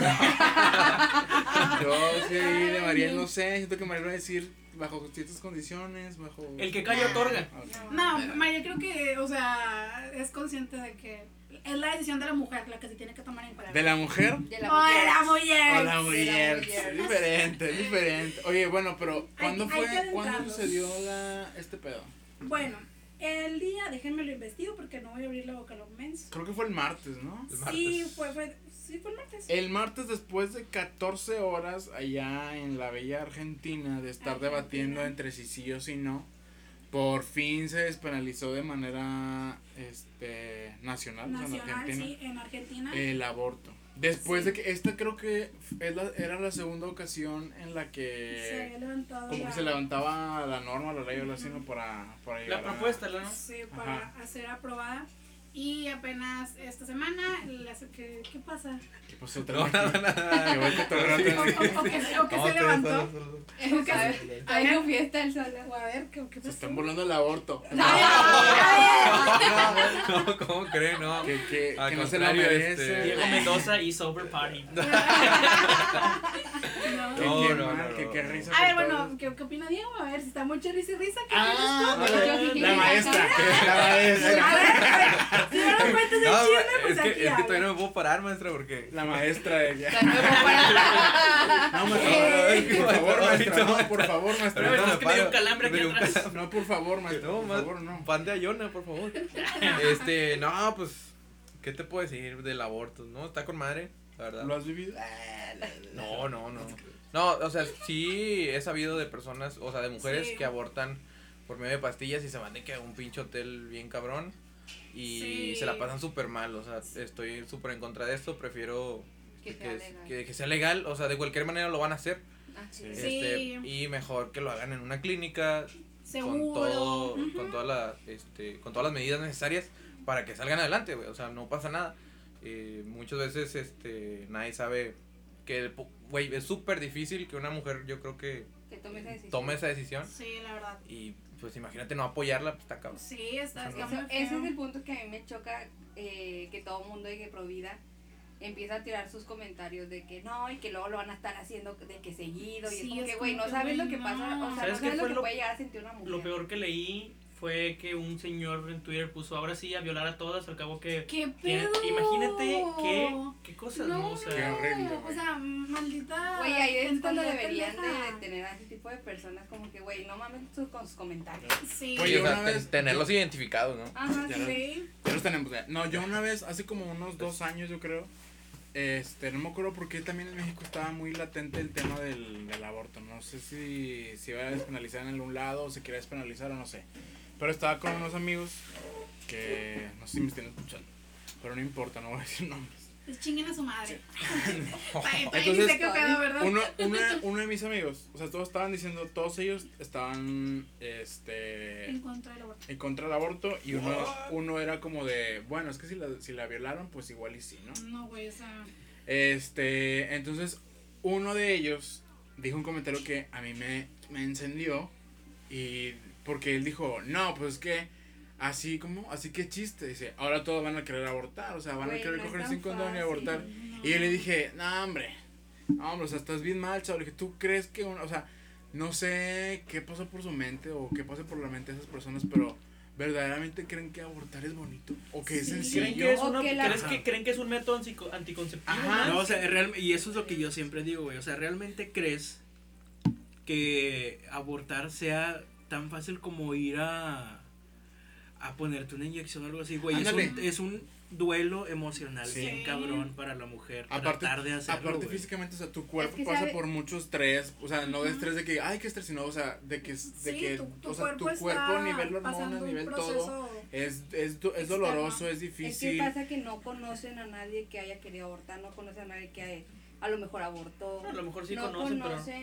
Yo sí, ahí de Mariel, no sé. Siento que Mariel va a decir bajo ciertas condiciones, bajo. El que calla otorga. Ok. No, María creo que, o sea, es consciente de que es la decisión de la mujer la que se tiene que tomar en cuenta. ¿De la mujer? De la ¡Oh, mujer. la mujer! O la De la mujer. mujer. Es diferente, es diferente. Oye, bueno, pero Hay ¿cuándo que- hay que fue? ¿Cuándo adentrarnos. sucedió la, este pedo? Bueno, el día, déjenme lo investigo porque no voy a abrir la boca a lo menso. Creo que fue el martes, ¿no? El Sí, martes. fue, fue, sí, fue el martes. El martes, después de catorce horas allá en la bella Argentina, de estar Argentina. debatiendo entre si sí o si no, por fin se despenalizó de manera este nacional, o sea, en Nacional, Argentina, sí, en Argentina. el aborto. Después Sí. de que esta creo que es la- era la segunda ocasión en la se que había levantado como la, que se levantaba la norma, la ley o algo así, ¿no? para, para La llegar a- propuesta, ¿no? sí, para Ajá. hacer aprobada. Y apenas esta semana, las- ¿qué, ¿qué pasa? ¿Qué pasó? No, nada, nada. Que voy a cotorrear O, otra vez. o- o que, se- o que No, se tres levantó. horas, solo- O que ¿Sabes? se- Hay una fiesta el solo. o a ver, ¿qué, qué Se pasó? están burlando del aborto. No, ¿cómo creen? No. Que, que, Al que no se la contrario, merece. este- Diego Mendoza y Sober Party. No. Que No, qué no, mal, no, que no. qué risa. A ver, por bueno, todo. ¿qué, ¿qué opina Diego? A ver, si está mucha risa y risa, ¿qué Ah, opinas Yo Ah, sí la quería maestra, saber. la tú? A maestra, ver, a ver, si no nos cuentes el No, chisme, pues es que, aquí es que habla. todavía no me puedo parar, maestra, porque. la maestra de ella. Está nuevo para- No, maestra, por favor, maestra, Ahorita, no, por favor, maestra. Pero Ahorita es que me me dio un paro. calambre aquí Me dio un atrás. calambre. No, por favor, maestra, No, por más- favor, no. Pan de Ayona, por favor. Este, no, pues, ¿qué te puedo decir del aborto? No, está con madre, la verdad. ¿Lo has vivido? No, no, no. No, o sea, sí he sabido de personas, o sea, de mujeres Sí. que abortan por medio de pastillas y se van de que a un pinche hotel bien cabrón y Sí. se la pasan súper mal, o sea, estoy súper en contra de esto, prefiero Que que, sea es- legal. que, que sea legal, o sea, de cualquier manera lo van a hacer, Ah, sí. Sí. este, Sí. y mejor que lo hagan en una clínica Seguro. con todo, Ujú. con todas las, este, con todas las medidas necesarias para que salgan adelante, güey, o sea, no pasa nada. Eh, muchas veces, este, nadie sabe que, güey, es súper difícil que una mujer, yo creo que Que tome esa decisión. tome esa decisión Sí, la verdad. y, pues, imagínate no apoyarla, pues, está cabrón. Sí, está, está Eso- muy ese feo. es el punto que a mí me choca, eh, que todo el mundo de que Provida empieza a tirar sus comentarios de que no, y que luego lo van a estar haciendo de que seguido, y Sí, es como es que, como güey, no que, sabes lo güey, que pasa, no. o sea, ¿Sabes no qué sabes lo fue que lo- puede llegar a sentir una mujer. Lo peor que leí fue que un señor en Twitter puso ahora sí a violar a todas, al cabo que... ¿Qué que- pedo? imagínate qué, qué cosas, ¿no? No, O Qué sea, horrible, o güey. sea, maldita. Güey, ahí es cuando mentalidad deberían de pendeja. detener a ese tipo de personas como que, güey, no mames sus- con sus comentarios. Sí. Oye, Sí, o sea, una ten- vez- tenerlos identificados, ¿no? Ajá, Ya sí. lo- Sí. Ya los tenemos. ya. No, yo una vez, hace como unos dos años, yo creo, este, no me acuerdo por qué también en México estaba muy latente el tema del, del aborto. No sé si se iba a despenalizar en algún lado o se quería despenalizar o no sé. Pero estaba con unos amigos que, no sé si me estén escuchando, pero no importa, no voy a decir nombres. Pues chinguen a su madre. Entonces, Entonces, qué pedo, ¿verdad? Uno, una, uno de mis amigos, o sea, todos estaban diciendo, todos ellos estaban, este... En contra del aborto. en contra del aborto y uno, uno era como de, bueno, es que si la, si la violaron, pues igual y sí, ¿no? No, güey, o sea. Este, entonces, uno de ellos dijo un comentario que a mí me, me encendió y porque él dijo, no, pues es que así como, así que chiste, dice, ahora todos van a querer abortar, o sea, van Güey, a querer no es coger tan sin condón y fácil. abortar. No. Y yo le dije, no, hombre, no, hombre, o sea, estás bien mal, chaval. Le dije, ¿tú crees que, un- o sea, no sé qué pasa por su mente o qué pasa por la mente de esas personas, pero verdaderamente creen que abortar es bonito o que es Sí. sencillo? ¿creen que es, O una, que la- ¿crees que, ¿creen que es un método antico- anticonceptivo? Ajá. ¿no? No, o sea, real- y eso es lo que yo siempre digo, güey. O sea, ¿realmente crees que abortar sea tan fácil como ir a, a ponerte una inyección o algo así, güey? Es Ándale. un, es un duelo emocional Sí. bien cabrón para la mujer. Aparte, tratar de hacerlo, aparte güey. físicamente, o sea, tu cuerpo Es que pasa sabe- por mucho estrés, o sea, no de Ujú. estrés de que, ay, qué estrés, sino, o sea, de que, de Sí, que tu, tu o sea, tu cuerpo cuerpo está a nivel hormonas, pasando a nivel un todo, proceso. es, es, do- es externo. doloroso, es Es que difícil. pasa que no conocen a nadie que haya querido abortar, no conocen a nadie que haya- a lo mejor abortó. A lo mejor sí no conocen, pero- conocen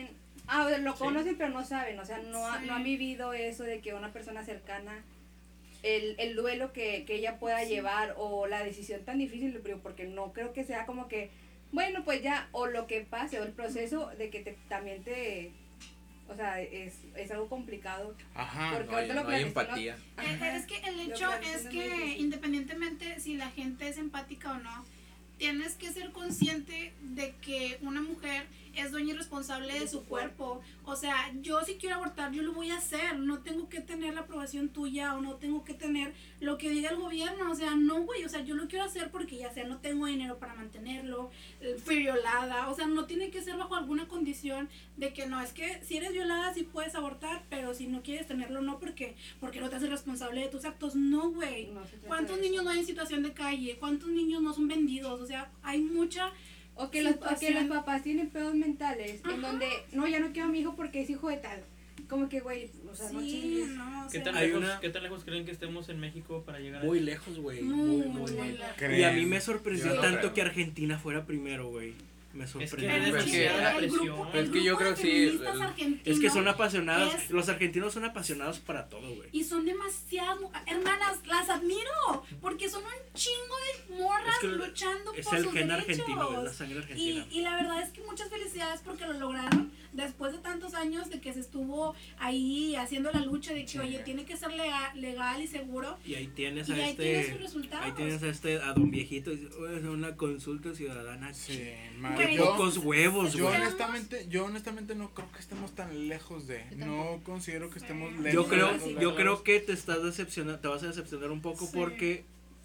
Ah, o sea, lo Sí. conocen pero no saben, o sea, no, ha- Sí. no han vivido eso de que una persona cercana, el, el duelo que, que ella pueda Sí. llevar o la decisión tan difícil, pero porque no creo que sea como que, bueno, pues ya, o lo que pase, o el proceso de que te, también te, o sea, es, es algo complicado. Ajá. Porque No hay, ahorita lo no hay clandestino- empatía. Eh, Es que el Lo hecho clandestino es es muy que difícil. independientemente si la gente es empática o no, tienes que ser consciente de que una mujer es dueña y responsable de su cuerpo. O sea, yo si quiero abortar, yo lo voy a hacer. No tengo que tener la aprobación tuya o no tengo que tener lo que diga el gobierno. O sea, no, güey. O sea, yo lo quiero hacer porque ya sea no tengo dinero para mantenerlo, eh, fui violada. O sea, no tiene que ser bajo alguna condición de que no, es que si eres violada sí puedes abortar, pero si no quieres tenerlo, no, porque, porque no te haces responsable de tus actos. No, güey. No se trata ¿Cuántos de niños eso. no hay en situación de calle? ¿Cuántos niños no son vendidos? O sea, hay mucha... O que, los, o que situación. los papás tienen pedos mentales, Ajá. en donde, no, ya no quiero a mi hijo porque es hijo de tal. Como que, güey, o sea, no Sí, chingues. no, o ¿Qué sea, tan, Hay lejos, una- ¿Qué tan lejos creen que estemos en México para llegar Muy a lejos, güey. muy, Muy, muy, muy, muy. lejos. Y a mí me sorprendió Yo no tanto creo. que Argentina fuera primero, güey. Me Es sorprendió. que Pero Pues es que que la el presión. grupo, Es el que yo grupo creo de que sí, feministas el- argentinos Es que son apasionados. es- Los argentinos son apasionados para todo, güey. y son demasiadas mu- hermanas, las admiro, porque son un chingo de morras Es que luchando Es por el sus gen derechos. argentino, es la sangre Y, argentina. y la verdad es que muchas felicidades porque lo lograron después de tantos años de que se estuvo ahí haciendo la lucha de que, Sí. oye, tiene que ser legal, legal y seguro. Y ahí tienes Y a ahí este. tienes sus resultados. Ahí tienes a este, a don viejito. Y dice, "Voy a hacer una consulta ciudadana. Sí, Qué ma, Güey, yo, pocos huevos, yo güey. honestamente, yo honestamente no creo que estemos tan lejos de. Yo No tampoco. considero que estemos Sí. lejos. Yo creo, Sí, yo sí. creo que te estás decepcionando, te vas a decepcionar un poco Sí. porque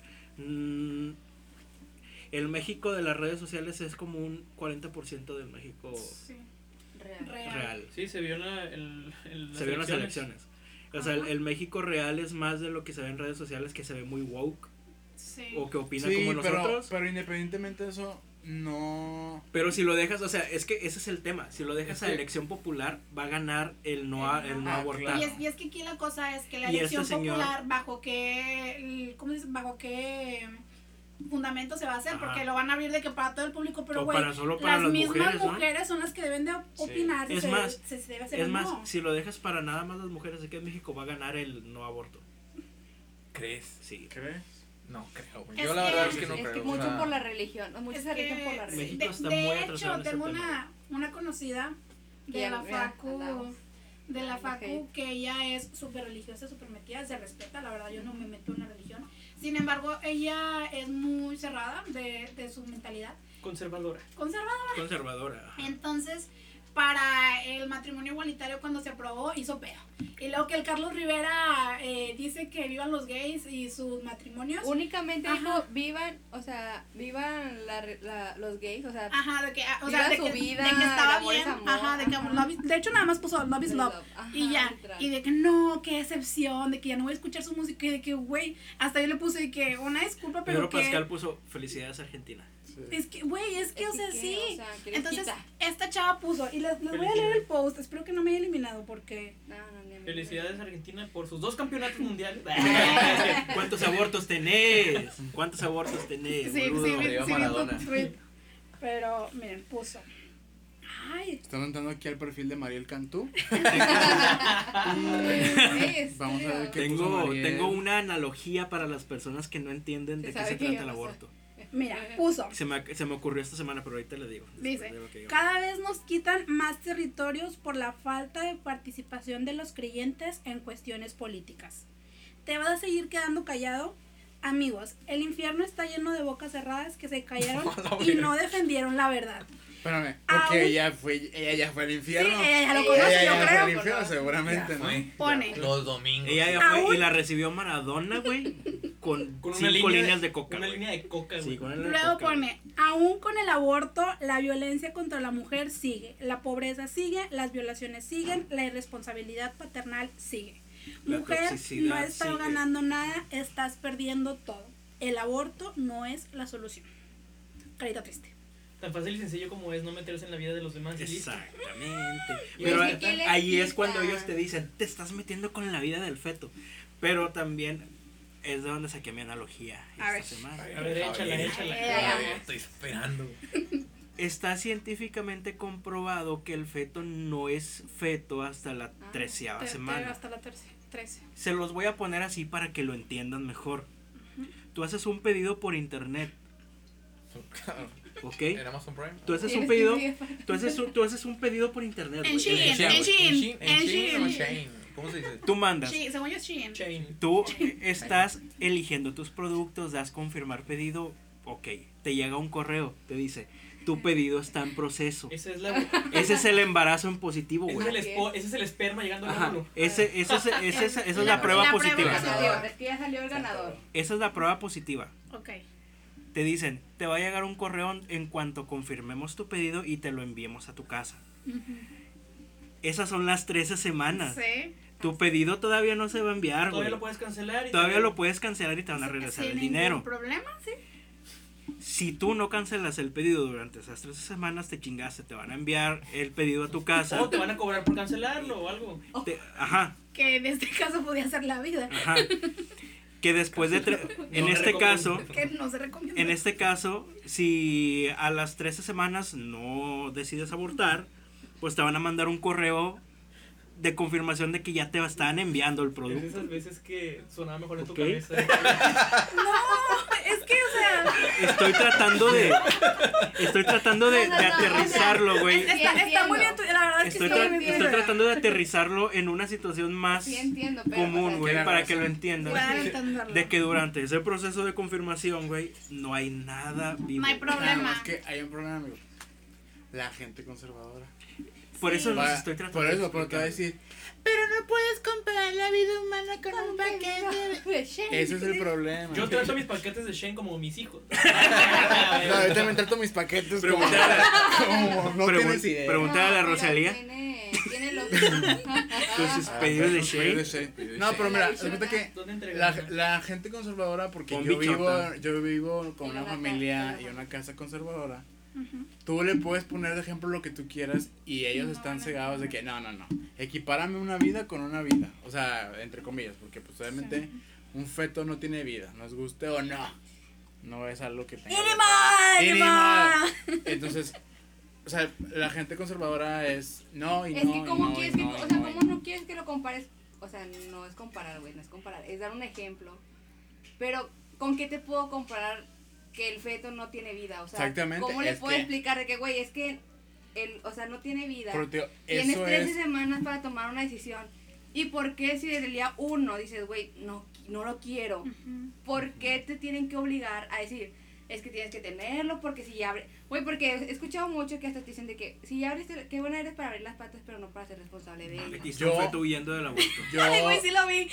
mm, el México de las redes sociales es como un cuarenta por ciento del México Sí, Real. real. real. Sí, se vio en, la- en- en las Se vio en las elecciones. elecciones. O sea, el, Ajá. el México real es más de lo que se ve en redes sociales, que se ve muy woke Sí. o que opina Sí, como pero, nosotros. pero independientemente de eso, no. Pero si lo dejas, o sea, es que ese es el tema. Si lo dejas Es a que- elección popular, va a ganar el no, a- el no Ah, abortar. claro. Y es, y es que aquí la cosa es que la Y este elección señor- popular, bajo qué, el- ¿cómo se dice? Bajo qué fundamento se va a hacer, Ajá. porque lo van a abrir de que para todo el público, pero O güey, para solo para las las mismas mujeres, ¿no? mujeres son las que deben de opinar si Es se, más, se, se debe hacer Es o más, no. si lo dejas para nada más las mujeres aquí en México, va a ganar el no aborto. ¿Crees? Sí. ¿Crees? No creo, güey. Es Yo la que- verdad es que no Es creo. que o mucho sea, por la religión, ¿no? Mucho Es se rigen que, por la religión. México de, está de muy hecho, atrasado en ese tengo tema. una, una conocida de Ya, la mira, Facu, andamos. de la Andamos Facu, ahí. que ella es súper religiosa, súper metida, se respeta, la verdad, yo no me meto en la religión. Sin embargo, ella es muy cerrada de, de su mentalidad Conservadora. conservadora. Conservadora. ajá. Entonces, para el matrimonio igualitario cuando se aprobó, hizo pedo. Y luego que el Carlos Rivera eh, dice que vivan los gays y sus matrimonios. Únicamente Ajá. dijo, vivan, o sea, vivan la, re- la- los gays, o sea, Ajá, de que, ah, o Viva sea, de su que, vida, de que el estaba amor es bien. amor, Ajá, de que ajá. love is- de hecho nada más puso love is love. Ajá, Y ya, literal. y de que no, qué excepción, de que ya no voy a escuchar su música, y de que, güey, hasta yo le puse de que una disculpa, pero Pedro que... Pascal puso felicidades Argentina. Sí. Es que, güey, es que, Es o sea, que, sí. o sea, que les Entonces, quita. esta chava puso, y les, les voy a leer el post, espero que no me haya eliminado, porque... No, no, ni a mí. Felicidades Argentina por sus dos campeonatos mundiales. ¿Cuántos abortos tenés? ¿Cuántos abortos tenés? Sí, sí, boludo? sí, Arriba sí, Maradona. vi tu tweet. Pero, miren, puso. Ay, Están entrando aquí al perfil de Mariel Cantú. Sí, Vamos a ver qué puso Tengo, Mariel. tengo una analogía para las personas que no entienden de Se qué sabe se que trata ya el no sé. aborto. mira, puso. Se me, se me ocurrió esta semana, pero ahorita le digo. después Dice, de lo que digo. cada vez nos quitan más territorios por la falta de participación de los creyentes en cuestiones políticas. ¿Te vas a seguir quedando callado? Amigos, el infierno está lleno de bocas cerradas que se callaron y no defendieron la verdad. Espérame, Ah, porque un- ella fue, ella ya fue al Sí, infierno. ella ya lo Ella conoce, Ella yo ya fue creo. al infierno, seguramente, Ya ¿no? fue. Pone. Los domingos. Ella ya fue Aún- y la recibió Maradona, güey, con, Con una cinco línea líneas de coca. Una güey. línea de coca, Sí, güey. con una línea de Luego coca, güey. pone, aún con el aborto, la violencia contra la mujer sigue, la pobreza sigue, las violaciones siguen, la irresponsabilidad paternal sigue. La Mujer, toxicidad no estás sigue. ganando nada, estás perdiendo todo. El aborto no es la solución. Carita triste. Tan fácil y sencillo como es no meterse en la vida de los demás y listo. Exactamente. Y Pero es que ¿qué le ahí es quita? cuando ellos te dicen, te estás metiendo con la vida del feto. Pero también es de donde saqué mi analogía A esta ver. semana. A ver, échala, échala. Eh, A ver, estoy esperando. está científicamente comprobado que el feto no es feto hasta la Ah, treceava Te- te- semana. Hasta la terce- trece. Se los voy a poner así para que lo entiendan mejor. Tú haces un pedido por internet, ¿ok? En Amazon Prime. Tú haces Sí, un es pedido, que- tú haces un, tú haces un pedido por internet. En güey. Shein, En Shein, en güey. Shein, En en Shein o Shein. Shein. ¿Cómo se dice? Tú mandas. Sí, según yo es Shein. Chain. Tú estás eligiendo tus productos, das confirmar pedido, ok. Te llega un correo, te dice, tu pedido está en proceso. Esa es la. Ese es el embarazo en positivo, Ese es, güey. el espo- ese es el esperma llegando al Ajá, óvulo. ese, ese, es- ese es- esa es la La- prueba la prueba positiva. positiva. Ganador, es que ya salió el ganador. Esa es la prueba positiva. Ok. Te dicen, te va a llegar un correo en cuanto confirmemos tu pedido y te lo enviemos a tu casa. Ujú. Esas son las trece semanas. Sí. Tu pedido todavía no se va a enviar, Todavía güey. lo puedes cancelar. Y Todavía te- lo puedes cancelar y te van a regresar Sin el ningún dinero. problema, sí. Si tú no cancelas el pedido durante esas trece semanas, te chingaste. Te van a enviar el pedido a tu casa. O te van a cobrar por cancelarlo o algo. Te- ajá, Que en este caso podía ser la vida. ajá. Que después de... tre- en No este recomiendo. caso... Que no se recomienda. En este caso, si a las trece semanas no decides abortar, pues te van a mandar un correo de confirmación de que ya te estaban enviando el Es producto. esas veces que sonaba mejor en tu Ok. cabeza. Es que, o sea, Estoy tratando de... Estoy tratando de, No, no, de no, aterrizarlo, güey. Sí, está, está muy bien. entiendo. tu- La verdad es que Estoy, está tra- muy bien. estoy tratando de aterrizarlo en una situación más Sí entiendo, pero... o común, sea, güey, Tienes para razón. que lo entiendan. Puedan entenderlo. De que durante ese proceso de confirmación, güey, no hay nada vivo. No hay Nada problema. más que hay un problema, amigo. La gente conservadora. Por eso Sí. los Va- estoy tratando por de eso, pero te va a explicar. decir, pero no puedes comparar la vida humana con un paquete. de Shane. Ese es el problema. Yo trato mis paquetes de Shane como mis hijos. No, yo también trato mis paquetes como, Pregúntale a como no Pregun- tienes idea. Pregúntale a la pero Rosalía. Tiene, tiene lo Con sus Ah, pedidos de sus Shane. pedidos de Shane. No, pero mira, resulta que ¿Dónde la, entregas? la gente conservadora, porque Con yo vivo, bichota. yo vivo con En una una familia casa. y una casa conservadora. Ujú. Tú le puedes poner de ejemplo lo que tú quieras y ellos No, están no, cegados no. de que no, no, no. Equipárame una vida con una vida. O sea, entre comillas, porque pues obviamente un feto no tiene vida, nos guste o no. No es algo que tenga. ¡Animal! ¡Animal! Entonces, o sea, la gente conservadora es no y Es no. que y cómo no, y quieres que, no, y o sea, no, y cómo no. no quieres que lo compares, o sea, no es comparar, güey, no es comparar, es dar un ejemplo. Pero, ¿con qué te puedo comparar que el feto no tiene vida? O sea, Exactamente, ¿cómo le es puedo que- explicar de que, güey, es que, el, o sea, no tiene vida? Pero, tío, Tienes eso trece es. semanas para tomar una decisión. ¿Y por qué si desde el día uno dices, güey, no, no lo quiero? Ujú. ¿Por qué te tienen que obligar a decir, es que tienes que tenerlo, porque si ya abre... Güey, porque he escuchado mucho que hasta te dicen de que si ya abriste, qué buena eres para abrir las patas, pero no para ser responsable de ello. Metiste Yo- un feto huyendo del aborto. Yo, Ay, güey, sí lo vi.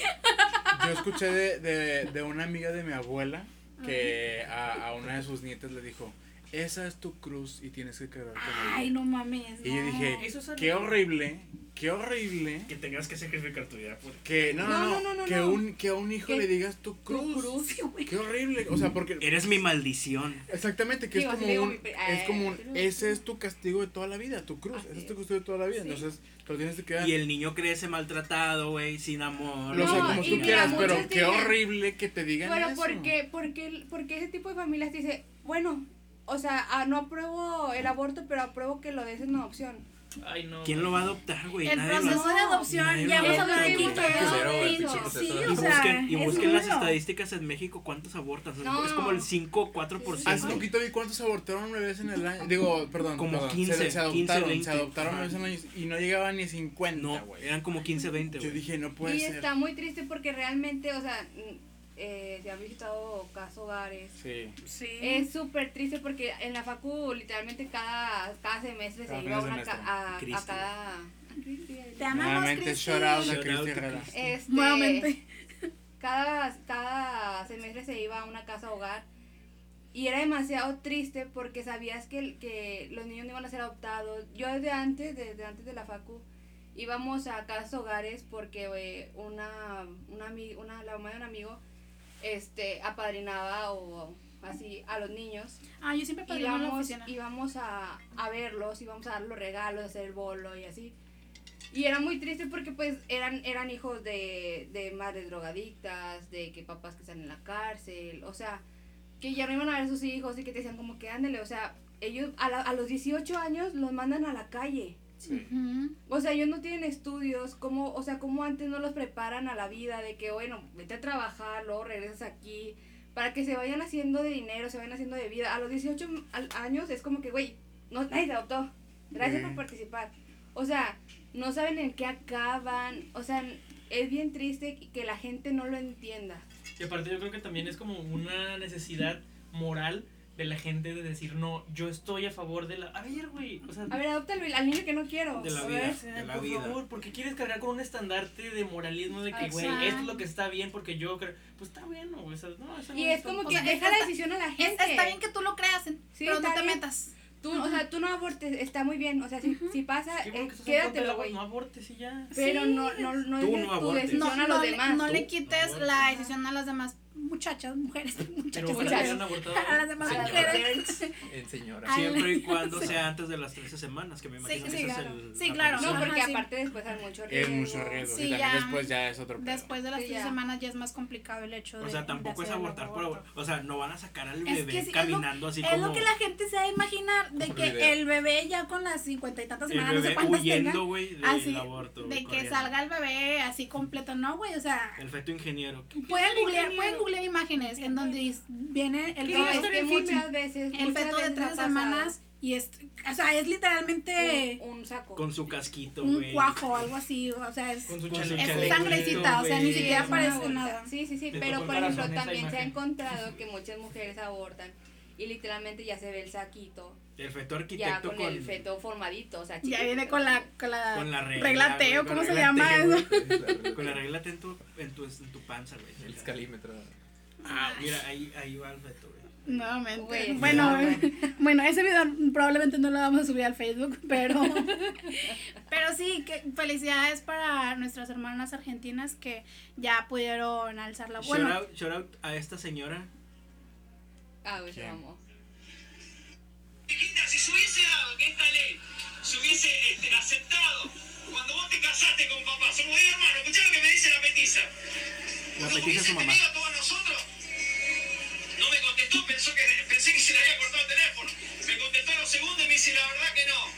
yo escuché de, de, de una amiga de mi abuela que a, a una de sus nietas le dijo, esa es tu cruz y tienes que cargar con ella. Ay, no mames. Y yo no. dije, Eso es qué algo- horrible, qué horrible Que tengas que sacrificar tu vida por... que no, no, No, no, no, no, que, no. Un, que a un hijo Que le digas tu Tu cruz. cruz. Sí, güey. Qué horrible, o sea, porque Eres mi maldición. exactamente que Digo, es así como le digo un, mi pe- es como un, eh, pero- ese es tu castigo de toda la vida, tu cruz, Así ese es tu es. castigo de toda la vida, Sí. entonces te lo tienes que quedar. Y el niño crece maltratado, güey, sin amor. Lo sé, No, como y tú mira, quieras, pero muchos qué dicen- horrible que te digan Pero eso. ¿por qué, por, qué, por qué ese tipo de familias te dice, bueno, o sea, ah, no apruebo el aborto, pero apruebo que lo des en adopción? Ay, no. ¿Quién lo va a adoptar, güey? El Nadie lo proceso hace. de adopción, Nadie ya lo hemos adopta, hablado aquí güey. que Está culero el es pinche horrible. proceso Sí, de o Y sea, busquen, y es busquen las nulo. estadísticas en México, ¿cuántos abortan? No. Es como el cinco, cuatro por ciento. Hace poquito vi cuántos abortaron bebés en el año. Digo, perdón. Como perdón, quince, se, se adoptaron, quince, se adoptaron veinte. bebés en el año y no llegaban ni cincuenta, No, güey. eran como quince, veinte, Yo güey. dije, no puede Y ser. está muy triste porque realmente, o sea, mm, eh, se han visitado casos hogares. Sí. Sí. Es súper triste porque en la facu literalmente cada, cada semestre Cada se iba a, fin de una ca- semestre. a, a Cristi. cada... Te amamos, Nuevamente, Cristi. shout out a Shout out Cristi to Herrera. Cristi. Este, Nuevamente. cada, cada semestre se iba a una casa hogar y era demasiado triste porque sabías que, el- que los niños no iban a ser adoptados. Yo desde antes, desde antes de la facu, íbamos a casas hogares porque eh, una, una, ami- una, la mamá de un amigo este, apadrinaba o así a los niños. Ah, yo siempre padrinaba en la Íbamos, oficina. íbamos a, a verlos, íbamos a dar los regalos, a hacer el bolo y así. Y era muy triste porque pues eran, eran hijos de, de madres drogadictas, de que papás que están en la cárcel, o sea, que ya no iban a ver a sus hijos y que te decían como que ándale, o sea, ellos a, la- a los dieciocho años los mandan a la calle. Ujú. O sea, ellos no tienen estudios, como, o sea, como antes no los preparan a la vida, de que, bueno, vete a trabajar, luego regresas aquí, para que se vayan haciendo de dinero, se vayan haciendo de vida. A los dieciocho al- años es como que, güey, no, nadie te adoptó, gracias Sí. por participar. O sea, no saben en qué acaban, o sea, es bien triste que la gente no lo entienda. Y aparte yo creo que también es como una necesidad moral de la gente de decir, no, yo estoy a favor de la... A ver, güey, o sea... A ver, adopta al, al niño que no quiero. De la A vida. ver. O sea, de la por vida. favor, ¿por qué quieres cargar con un estandarte de moralismo de que, güey, Exacto. esto es lo que está bien porque yo creo... Pues está bien, ¿no? O sea, no, eso Y no es está- como O que sea, deja está- la decisión a la Es- gente. está bien que tú lo creas, Sí, pero no está te bien. metas. Tú, o sea, tú no abortes, está muy bien. O sea, si, si pasa, ¿Qué, eh, porque estás en contra del quédatelo, aborto? güey. No abortes y ya. Pero Sí. no, no, no Tú es no tu abortes. decisión No, a los no, le- demás. no le Tú, quites no, la ajá. decisión a las demás muchachas, mujeres, Pero muchachas, ojalá mujeres. hubieran abortado. a las demás Señora. mujeres. En señora. Ay, Siempre y sí. cuando sea antes de las trece semanas, que me imagino Sí, que sí, ese claro. es el... Sí, la claro. No, condición. porque Ajá, sí. aparte después hay mucho Es riesgo. mucho riesgo. Sí, y también ya. después ya es otro pedo. Después de las Sí, tres ya. semanas ya es más complicado el hecho de. O sea, tampoco de es hacer el abortar por aborto. abortar. O sea, no van a sacar al Es bebé que sí, es lo- caminando así Es como... lo que la gente se va a imaginar, de Como que el video. el bebé ya con las cincuenta y tantas el semanas, no sé bebé cuántas huyendo, tenga, güey, del así, aborto. de güey, que corriendo. salga el bebé así completo, no, güey, o sea, El feto ingeniero. pueden googlear, pueden googlear imágenes en donde dis- viene el No, feto, es que el muchas veces, el muchas feto de veces ha tres pasado semanas y es, o sea, es literalmente un, un saco. Con su casquito, un güey. cuajo o algo así, o sea, es, Con su Con su chaleco. es chaleco, sangrecita, o sea, ni güey. siquiera Sí, es una parece bolsa. nada. Sí, sí, sí, Le pero tocó por el ejemplo corazón esa también se ha imagen. encontrado que muchas mujeres abortan y literalmente ya se ve el saquito, El feto ya arquitecto con, con... el feto formadito, o sea, Ya chiquito. viene con la, con la, Con la regla, reglateo, güey, ¿cómo con se la llama reglateo, eso? güey. Con la regla en tu, en tu, en tu panza, güey. El escalímetro. Ah, mira, ahí, ahí va el feto, güey. Nuevamente. Güey, bueno, sí. bueno, ese video probablemente no lo vamos a subir al Facebook, pero pero sí, que felicidades para nuestras hermanas argentinas que ya pudieron alzar la Shout, bueno. out, shout out a esta señora. Ah, güey, se ¿Quién? mamó. Chiquita, si se hubiese dado que esta ley se hubiese este, aceptado cuando vos te casaste con papá, somos diez hermanos, escuchá lo que me dice la petiza. La Nos petiza es su hubiese mamá. tenido a todos nosotros. No me contestó, pensó que, pensé que se le había cortado el teléfono. Me contestó a los segundos y me dice la verdad que no.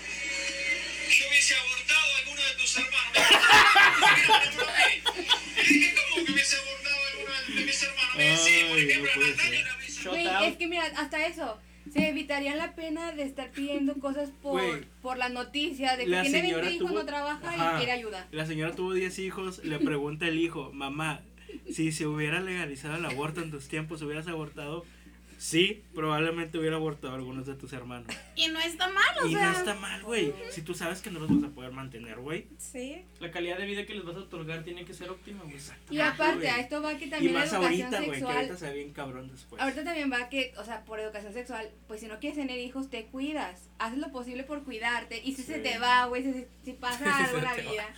Yo hubiese abortado a alguno de tus hermanos. Me dijo, y dije, ¿cómo que hubiese abortado a alguno de mis hermanos? Me dice, por Ay, ejemplo, no a puede Natalia ser. la hubiese Shout Güey, out. es que mira, hasta eso, se evitaría la pena de estar pidiendo cosas por, Güey. por las noticias, de que La tiene señora veinte hijos, tuvo- no trabaja Ajá. y quiere ayuda. La señora tuvo diez hijos, le pregunta el hijo, mamá, si se hubiera legalizado el aborto en tus tiempos, ¿hubieras abortado? Sí, probablemente hubiera abortado a algunos de tus hermanos. Y no está mal, o Y sea. no está mal, güey. Si tú sabes que no los vas a poder mantener, güey. Sí. La calidad de vida que les vas a otorgar tiene que ser óptima, güey. Y Ah, aparte, güey. a esto va que Y también la más educación ahorita, güey, que sexual. ahorita se ve bien cabrón después. Ahorita también va que, o sea, por educación sexual, pues si no quieres tener hijos, te cuidas. Haces lo posible por cuidarte. Y si se Sí. te va, güey, si, si pasa algo en la Se te vida.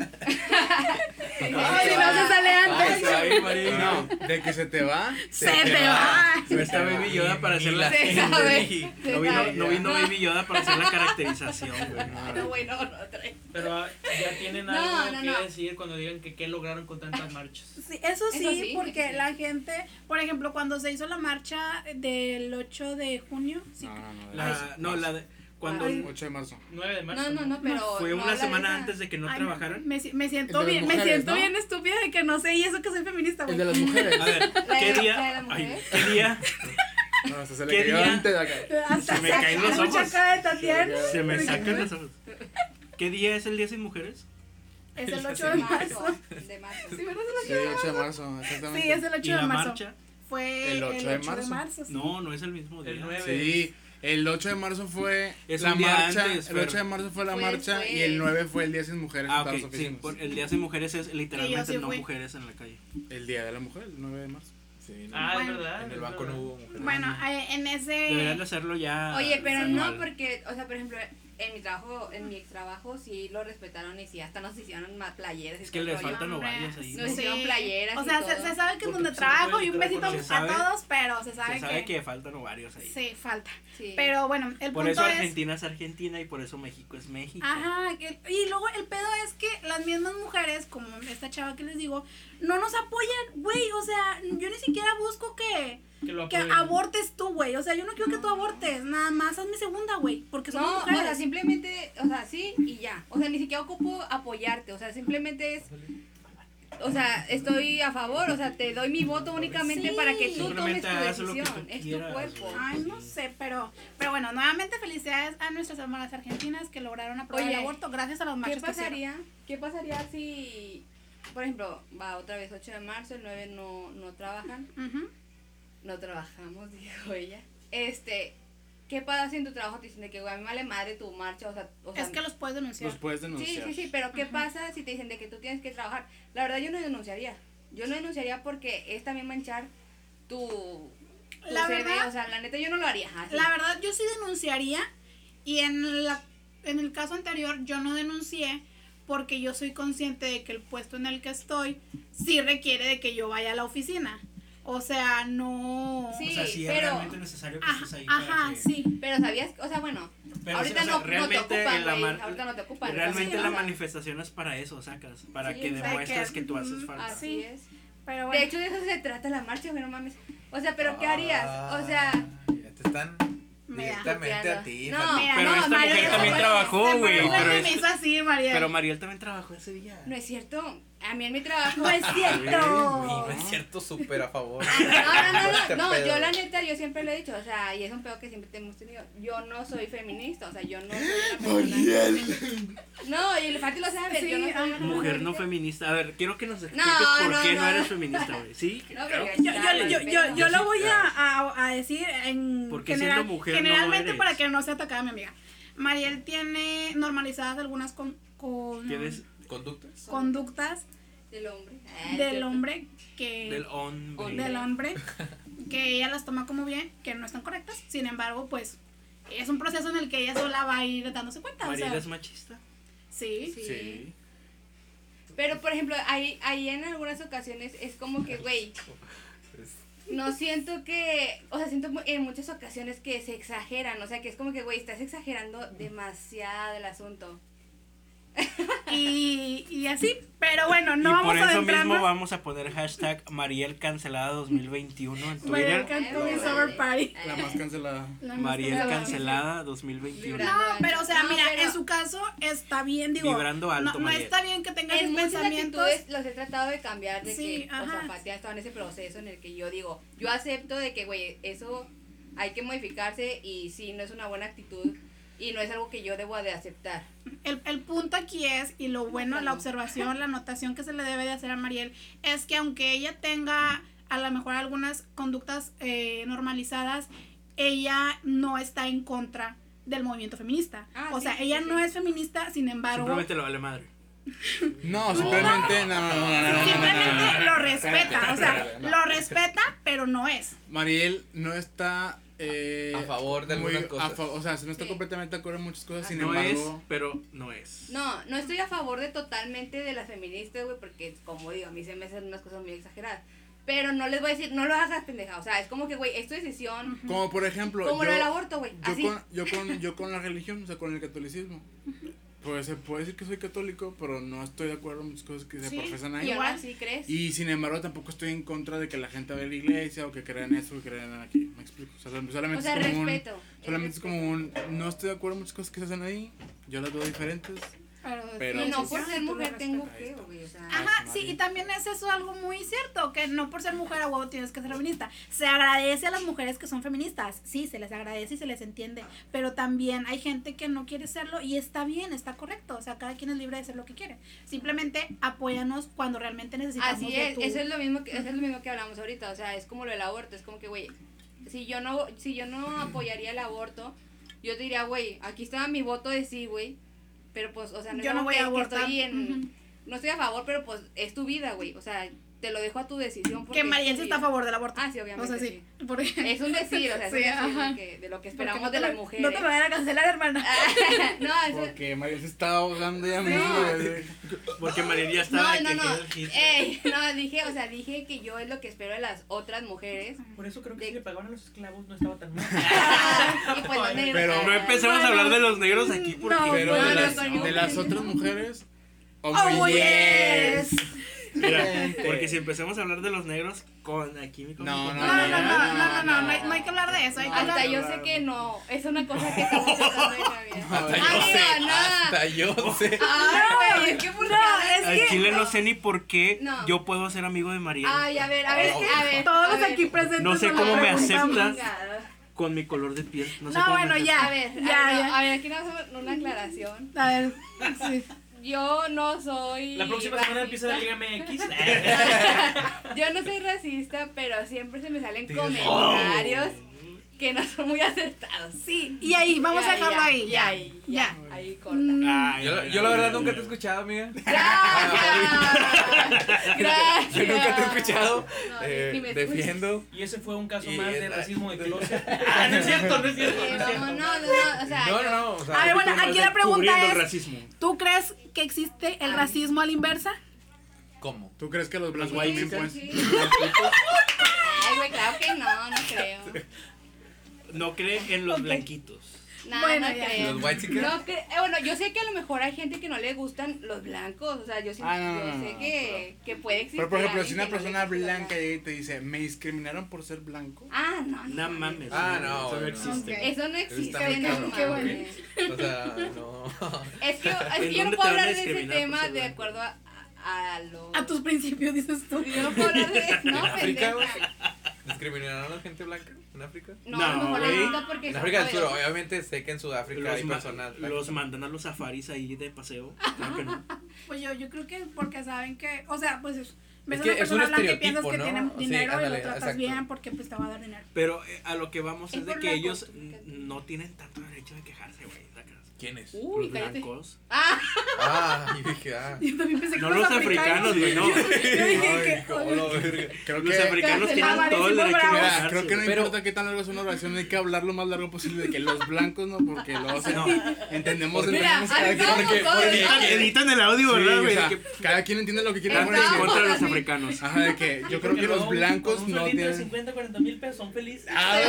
Ay, si no se sale antes. Ay, María. No, de que se te va. Se te va. No está Baby Yoda para hacer la... Se sabe. Se No vino, sabe. no vino Baby Yoda para hacer la caracterización, güey. No, güey, no, no trae. Pero ah, ya tienen No, algo no, que no. decir cuando digan que qué lograron con tantas marchas. Sí, eso sí, Eso sí, porque eso sí. la gente, por ejemplo, cuando se hizo la marcha del ocho de junio, sí, No, no, no. de La, marzo. no, la de... Cuando Ay. ocho de marzo. nueve de marzo. No, no, no, pero. fue no una habla de semana esa. antes de que no Ay, trabajaran. Me, si- me siento El de las bien, me mujeres, siento ¿no? bien estúpida de que no sé y eso que soy feminista, El güey. de las mujeres. A ver, ¿La de- ¿qué la día? de la Ay, mujer? ¿qué día? No, hasta se ¿Qué le cayó día? antes de acá. Hasta Se me caen los mucha ojos. cara de Tatiana. Se me sacan los ojos. ¿Qué día es el Día Sin Mujeres? Es el ocho De de marzo. marzo. De marzo. Sí, ¿verdad? Es Sí, el ocho de ocho de marzo. marzo, exactamente. Sí, es el ¿Y ocho de la marzo. marcha? Fue El ocho de marzo. sí. No, no es el mismo día. El nueve. Sí, el ocho de marzo fue Es la un día marcha. antes, el Fer. ocho de marzo fue la Fue marcha después. y el nueve fue el Día Sin Mujeres Ah, en todas ok, las sí. oficinas. por- el Día Sin Mujeres es literalmente sí no fui. mujeres en la calle. El Día de la Mujer, el nueve de marzo. Sí, Ah, Bueno. es verdad. en el es banco verdad. no hubo mujeres. Bueno, eh, en ese... Deberían de hacerlo ya. Oye, pero anual. no porque, o sea, por ejemplo, en mi trabajo, en mi ex trabajo, sí lo respetaron y sí, hasta nos hicieron más playeras. y Es que todo el les rollo. faltan Hombre, ovarios ahí. Nos ¿no? hicieron playeras O y sea, se, todo. se sabe que es Porque donde se trabajo puede y un literal besito porque se a sabe- todos, pero se sabe, Se sabe que... que faltan ovarios ahí. Sí, falta. Sí. Pero bueno, el Por punto eso es... Argentina es Argentina y por eso México es México. Ajá, que- y luego el pedo es que la las mismas mujeres, como esta chava que les digo, no nos apoyan, güey, o sea, yo ni siquiera busco que, Que lo que apoyen. abortes tú, güey, o sea, yo no quiero que tú abortes, nada más hazme segunda, güey, porque somos No, mujeres. o sea, simplemente, o sea, sí y ya. O sea, ni siquiera ocupo apoyarte, o sea, simplemente es, o sea, estoy a favor, o sea, te doy mi voto únicamente Sí. para que tú tomes Simplemente tu haz lo que decisión, tú es quieras, tu cuerpo. güey. Ay, no sé, pero, pero bueno, nuevamente felicidades a nuestras hermanas argentinas que lograron aprobar Oye, el aborto gracias a los ¿Qué marchas que hicieron. pasaría? ¿Qué pasaría si, por ejemplo, va otra vez ocho de marzo, el nueve no, no trabajan? Ujú. No trabajamos, dijo ella. Este, ¿qué pasa si en tu trabajo te dicen de que, güey, a mí me vale madre tu marcha? O sea, o sea Es que los puedes denunciar. Los puedes sí, denunciar. sí, sí, pero ¿qué pasa si te dicen de que tú tienes que trabajar? La verdad yo no denunciaría. Yo no denunciaría porque es también manchar tu, tu La C V, verdad- o sea, la neta yo no lo haría. Así. La verdad, yo sí denunciaría y en, la, en el caso anterior yo no denuncié porque yo soy consciente de que el puesto en el que estoy sí requiere de que yo vaya a la oficina. O sea, no... Sí, O sea, si es pero- realmente necesario que Ajá, estés ahí para ajá, que- sí. Pero sabías, o sea, bueno, Pero, ahorita o sea, no, no te realmente ocupan, en la güey, mar- ahorita no te ocupan. Realmente Sí, la o sea. manifestación es para eso, sacas, para Sí, que o sea, demuestres que- que, tú haces mm, falta. Así Sí. es. Pero bueno. De hecho, de eso se trata la marcha, güey, no mames. O sea, pero ¿qué harías? O sea, Ya te están Mira, directamente a ti. No, Fati. mira, Pero no, esta Mariel, mujer también fue- trabajó, se güey, fue pero que es- me hizo así, Mariel. Pero Mariel también trabajó ese día. no es cierto. A mí en mi trabajo. No es Güey, cierto. no es cierto, súper a favor. No, no, Este no, no, pedo. yo la neta, yo siempre lo he dicho, o sea, y es un pedo que siempre hemos tenido. Yo no soy feminista, o sea, yo no soy una persona. No, y el Fati lo sabe, Sí, yo no soy una ajá. persona Mujer no feminista. feminista. A ver, quiero que nos expliques No, por no, qué no, no. eres feminista, güey. ¿Sí? No, Claro. pero Yo, yo, yo, yo, yo lo voy a, a, a decir en Porque general, siendo mujer no generalmente eres. para que no se atacada mi amiga. Mariel tiene normalizadas algunas con, con Tienes ¿Conductas? conductas Del hombre. Ah, del cierto. hombre que del hombre. del hombre que ella las toma como bien, que no están correctas. Sin embargo, pues es un proceso en el que ella sola va a ir dándose cuenta. O Mariel sea, es machista. sí. Sí. Sí. Pero, por ejemplo, ahí, ahí en algunas ocasiones es como que, güey, no siento que, o sea, siento mu- en muchas ocasiones que se exageran, o sea, que es como que, güey, estás exagerando demasiado el asunto. Y, y así, pero bueno, no y vamos por a eso adentrarnos. mismo vamos a poner hashtag Mariel cancelada dos mil veintiuno en Mariel Twitter. Cancelada is over party. La más cancelada. La más Mariel cancelada. cancelada dos mil veintiuno. Librando. No, pero o sea, No, mira, pero- en su caso está bien, digo. Vibrando alto, no, no Mariel. está bien que tengas En esos muchas pensamientos. actitudes los he tratado de cambiar, de Sí, que, o sea, ajá. Pati ha estado en ese proceso en el que yo digo, yo acepto de que, güey, eso hay que modificarse y sí, no es una buena actitud y no es algo que yo debo de aceptar. El, el punto aquí es, y lo bueno, la observación, la anotación que se le debe de hacer a Mariel, es que aunque ella tenga a lo mejor algunas conductas eh, normalizadas, ella no está en contra del movimiento feminista. Ah, o sí, sea, sí, ella sí, no sí. es feminista, sin embargo, Simplemente lo vale madre. No, simplemente. No, no, no, no, no, no, no, simplemente no, no. lo respeta. O sea, Espérate, no. lo respeta, pero no es. Mariel no está. Eh, A favor de muy algunas cosas. a fa- o sea, no está Sí. completamente de acuerdo en muchas cosas, sin no embargo. es, pero no es. No, no estoy a favor de totalmente de las feministas, güey, porque como digo, a mí se me hacen unas cosas muy exageradas. Pero no les voy a decir, no lo hagas pendeja, o sea, es como que, güey, es tu decisión. Como por ejemplo. Como yo, lo del aborto, güey, Yo así. con, yo, con, yo con la religión, o sea, con el catolicismo. Pues se puede decir que soy católico, pero no estoy de acuerdo en muchas cosas que se Sí, profesan Y ahí. ahora Igual. sí crees. Y sin embargo, tampoco estoy en contra de que la gente vaya a la iglesia o que crean eso o que crean aquí. ¿Me explico? O sea, solamente O sea, es como respeto. un. Solamente es como un. No estoy de acuerdo en muchas cosas que se hacen ahí. Yo las veo diferentes. Pero, Y no pues, por ser tú lo mujer tengo respetas. que, güey, o sea. Ajá, su sí, madre. y también es eso algo muy cierto, que no por ser mujer a huevo tienes que ser feminista. Se agradece a las mujeres que son feministas, sí, se les agradece y se les entiende, pero también hay gente que no quiere serlo y está bien, está correcto, o sea, cada quien es libre de ser lo que quiere. Simplemente apóyanos cuando realmente necesitamos Así de es, tu- eso es lo mismo que eso es lo mismo que hablamos ahorita, o sea, es como lo del aborto, es como que, güey, si yo no si yo no apoyaría el aborto, yo te diría, güey, aquí estaba mi voto de sí, güey, pero pues, o sea, no es Yo no algo voy que, a que abortar. estoy en Ujú. no estoy a favor, pero pues es tu vida, güey, o sea, te lo dejo a tu decisión porque Que Mariel es sí tu está a vida. favor del aborto. Ah, sí, obviamente. O sea, sí, porque Es un decir, o sea, es un Sí, decir ajá. de, que- de lo que porque esperamos no de te las lo- mujeres. No te lo vayan a cancelar, hermana. no, eso Porque Mariel se está ahogando ya mismo. güey. Porque Mariel ya no, está. no, que no, queda el hit. Ey, no, dije, o sea, dije que yo es lo que espero de las otras mujeres. Por eso creo que De- si le pagaban a los esclavos no estaba tan mal. y pues no Pero No empecemos a hablar de los negros aquí porque. No, Pero no, de no, las, coño. de las otras mujeres, Oh, Oh, muy yes. Mira, Gente. porque si empezamos a hablar de los negros con aquí mi No, No, no, no, no, no, no, no, no, hay, no hay que hablar de eso. Hay que Hasta hablar. yo sé que no. Es una cosa que estamos pensando en la vida. Hasta yo Amiga, sé, nada. hasta yo sé. Ay, güey, qué por No, es Al que chile no sé ni por qué No. yo puedo ser amigo de Mariel Ay, a ver, a ver, a ver. todos a los ver. aquí presentes No sé nos cómo lo me preguntamos. aceptas. con mi color de piel. No, sé No, cómo me bueno, aceptas. ya. A ver, Ya, a, ver, ya. a ver, aquí vamos a hacer una aclaración. A ver, sí. Yo no soy. La próxima semana empieza la racista. Liga M X. Yo no soy racista, pero siempre se me salen Tienes- comentarios que no son muy acertados. Sí, y ahí, vamos Ya, a dejarlo ya, ahí. Ya, Ya, ya, ya. ahí corta. Mm, Ay, Yo, ay, yo la ay, verdad ay, nunca ay. te he escuchado, amiga. Gracias. Gracias. Yo nunca te he escuchado. No, eh, ni me escuchas. defiendo. Y ese fue un caso Y más de es- racismo de closet. Ah, no es cierto, no es cierto. Sí, No es cierto. vamos, no, no, no, o sea, No, no, yo- no. O sea, A ver, bueno, Más aquí de la pregunta cubriendo el es, racismo. ¿tú crees que existe el racismo a la inversa? ¿cómo? ¿Tú crees que los blancos white también chicas, pueden? sí. Ay, güey, claro que no, no creo. No cree en los blanquitos. No, Bueno, no ya. creo. ¿Los white chickens? No cre- eh, bueno, yo sé que a lo mejor hay gente que no le gustan los blancos, o sea, yo, sí, Ah, no, yo no, sé no, que, que puede existir. Pero por ejemplo, alguien si una que no le persona guste los blanca blancos. llega y te dice, me discriminaron por ser blanco. Ah, no, No mames. Ah, no, Eso no bueno. existe. Ok. Eso no Eso existe, está muy no cabrón. Qué mames. O sea, no. Es que, es ¿En que yo dónde no te puedo van a hablar de ese discriminar por tema ser de blanco? acuerdo a, a, a lo... A tus principios, dices tú. Yo no puedo hablar de... No, ¿En África, güey? pendeja. ¿Discriminaron a la gente blanca en África? No, No, a lo mejor güey. la neta porque En son África del Sur, poderosos. obviamente sé que en Sudáfrica hay Los, ma- personas blancas. los mandan a los safaris ahí de paseo. Claro que no. Pues yo, yo creo que porque saben que, o sea, pues es, ves Es a que una es un persona blanca y piensas estereotipo, que ¿no? tiene Sí, dinero y ándale, lo tratas exacto. bien porque pues te va a dar dinero. Pero eh, a lo que vamos Es es de por que la ellos costumbre. no tienen tanto derecho de quejarse, güey. ¿sacas? ¿Quiénes? Uy, Los cállate. blancos. Ah, Ah, y dije, ah. Yo también pensé que No los africanos, güey, no. Yo dije Ay, que, cómo lo verga. Creo Los que, africanos tienen Cancelaba, todo el decimos derecho de bravos. mira, quejarse. creo que no Pero- importa qué tan larga es una oración, hay que hablar lo más largo posible de que los blancos no, porque luego se No. entendemos, mira, entendemos cada ahí quien. estamos porque- todos. porque- Editan, editan el audio, Sí, ¿verdad, o güey? sea, De que cada quien entiende lo que quiere Estamos poner. en contra de los así. africanos. Ajá, de que yo creo que los Con- blancos con un no sueldito de tienen. cincuenta, cuarenta mil pesos son felices. Ah,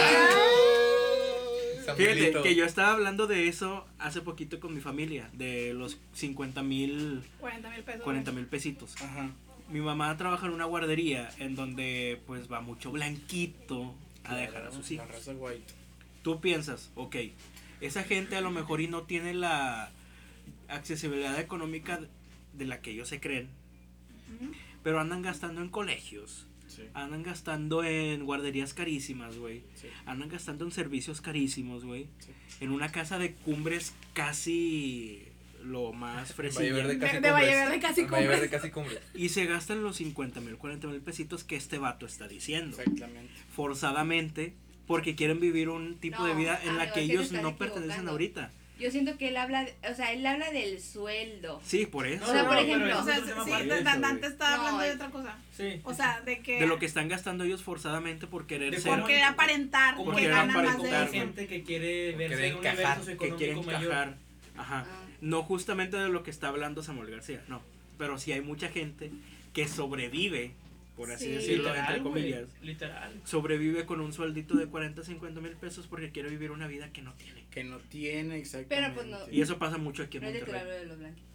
San Fíjate Miguelito. que yo estaba hablando de eso hace poquito con mi familia, de los cincuenta mil, cuarenta mil pesos. cuarenta mil pesitos. Ajá. Mi mamá trabaja en una guardería en donde pues va mucho blanquito a dejar a sus La hijos. raza white. Tú piensas, ok, esa gente a lo mejor y no tiene la accesibilidad económica de la que ellos se creen, pero andan gastando en colegios, Sí. andan gastando en guarderías carísimas, güey, Sí. andan gastando en servicios carísimos, güey, Sí. en una casa de cumbres casi lo más Valle fresilla. Verde De- casi de Valle cumbres. Verde casi Valle cumbres. Verde casi cumbres. Y se gastan los cincuenta mil, cuarenta mil pesitos que este vato está diciendo. Exactamente. Forzadamente, porque quieren vivir un tipo de No, vida en la amigo, que es que te ellos estás no pertenecen equivocando. ahorita. Yo siento que él habla, de- o sea, él habla del sueldo. Sí, por eso. O sea, por pero ejemplo, eso O es sea, otro tema sí, aparte. Dan- eso, Dante güey. estaba No, hablando de es- otra cosa. Sí. O sea, de que... De lo que están gastando ellos forzadamente por querer De ser. cómo- por querer aparentar Como Porque que eran ganan más como de para eso. gente que quiere verse quiere en un encajar, universo que quieren económico mayor. encajar. Ajá. Ah. No justamente de lo que está hablando Samuel García, no. Pero sí hay mucha gente que sobrevive, por así Sí. decirlo, Literal, entre güey, comillas. literal. Sobrevive con un sueldito de cuarenta, cincuenta mil pesos porque quiere vivir una vida que no tiene. Que no tiene exactamente. Pero, pues, no. Y eso pasa mucho aquí en No es de tu Monterrey. hablo de los blanquitos.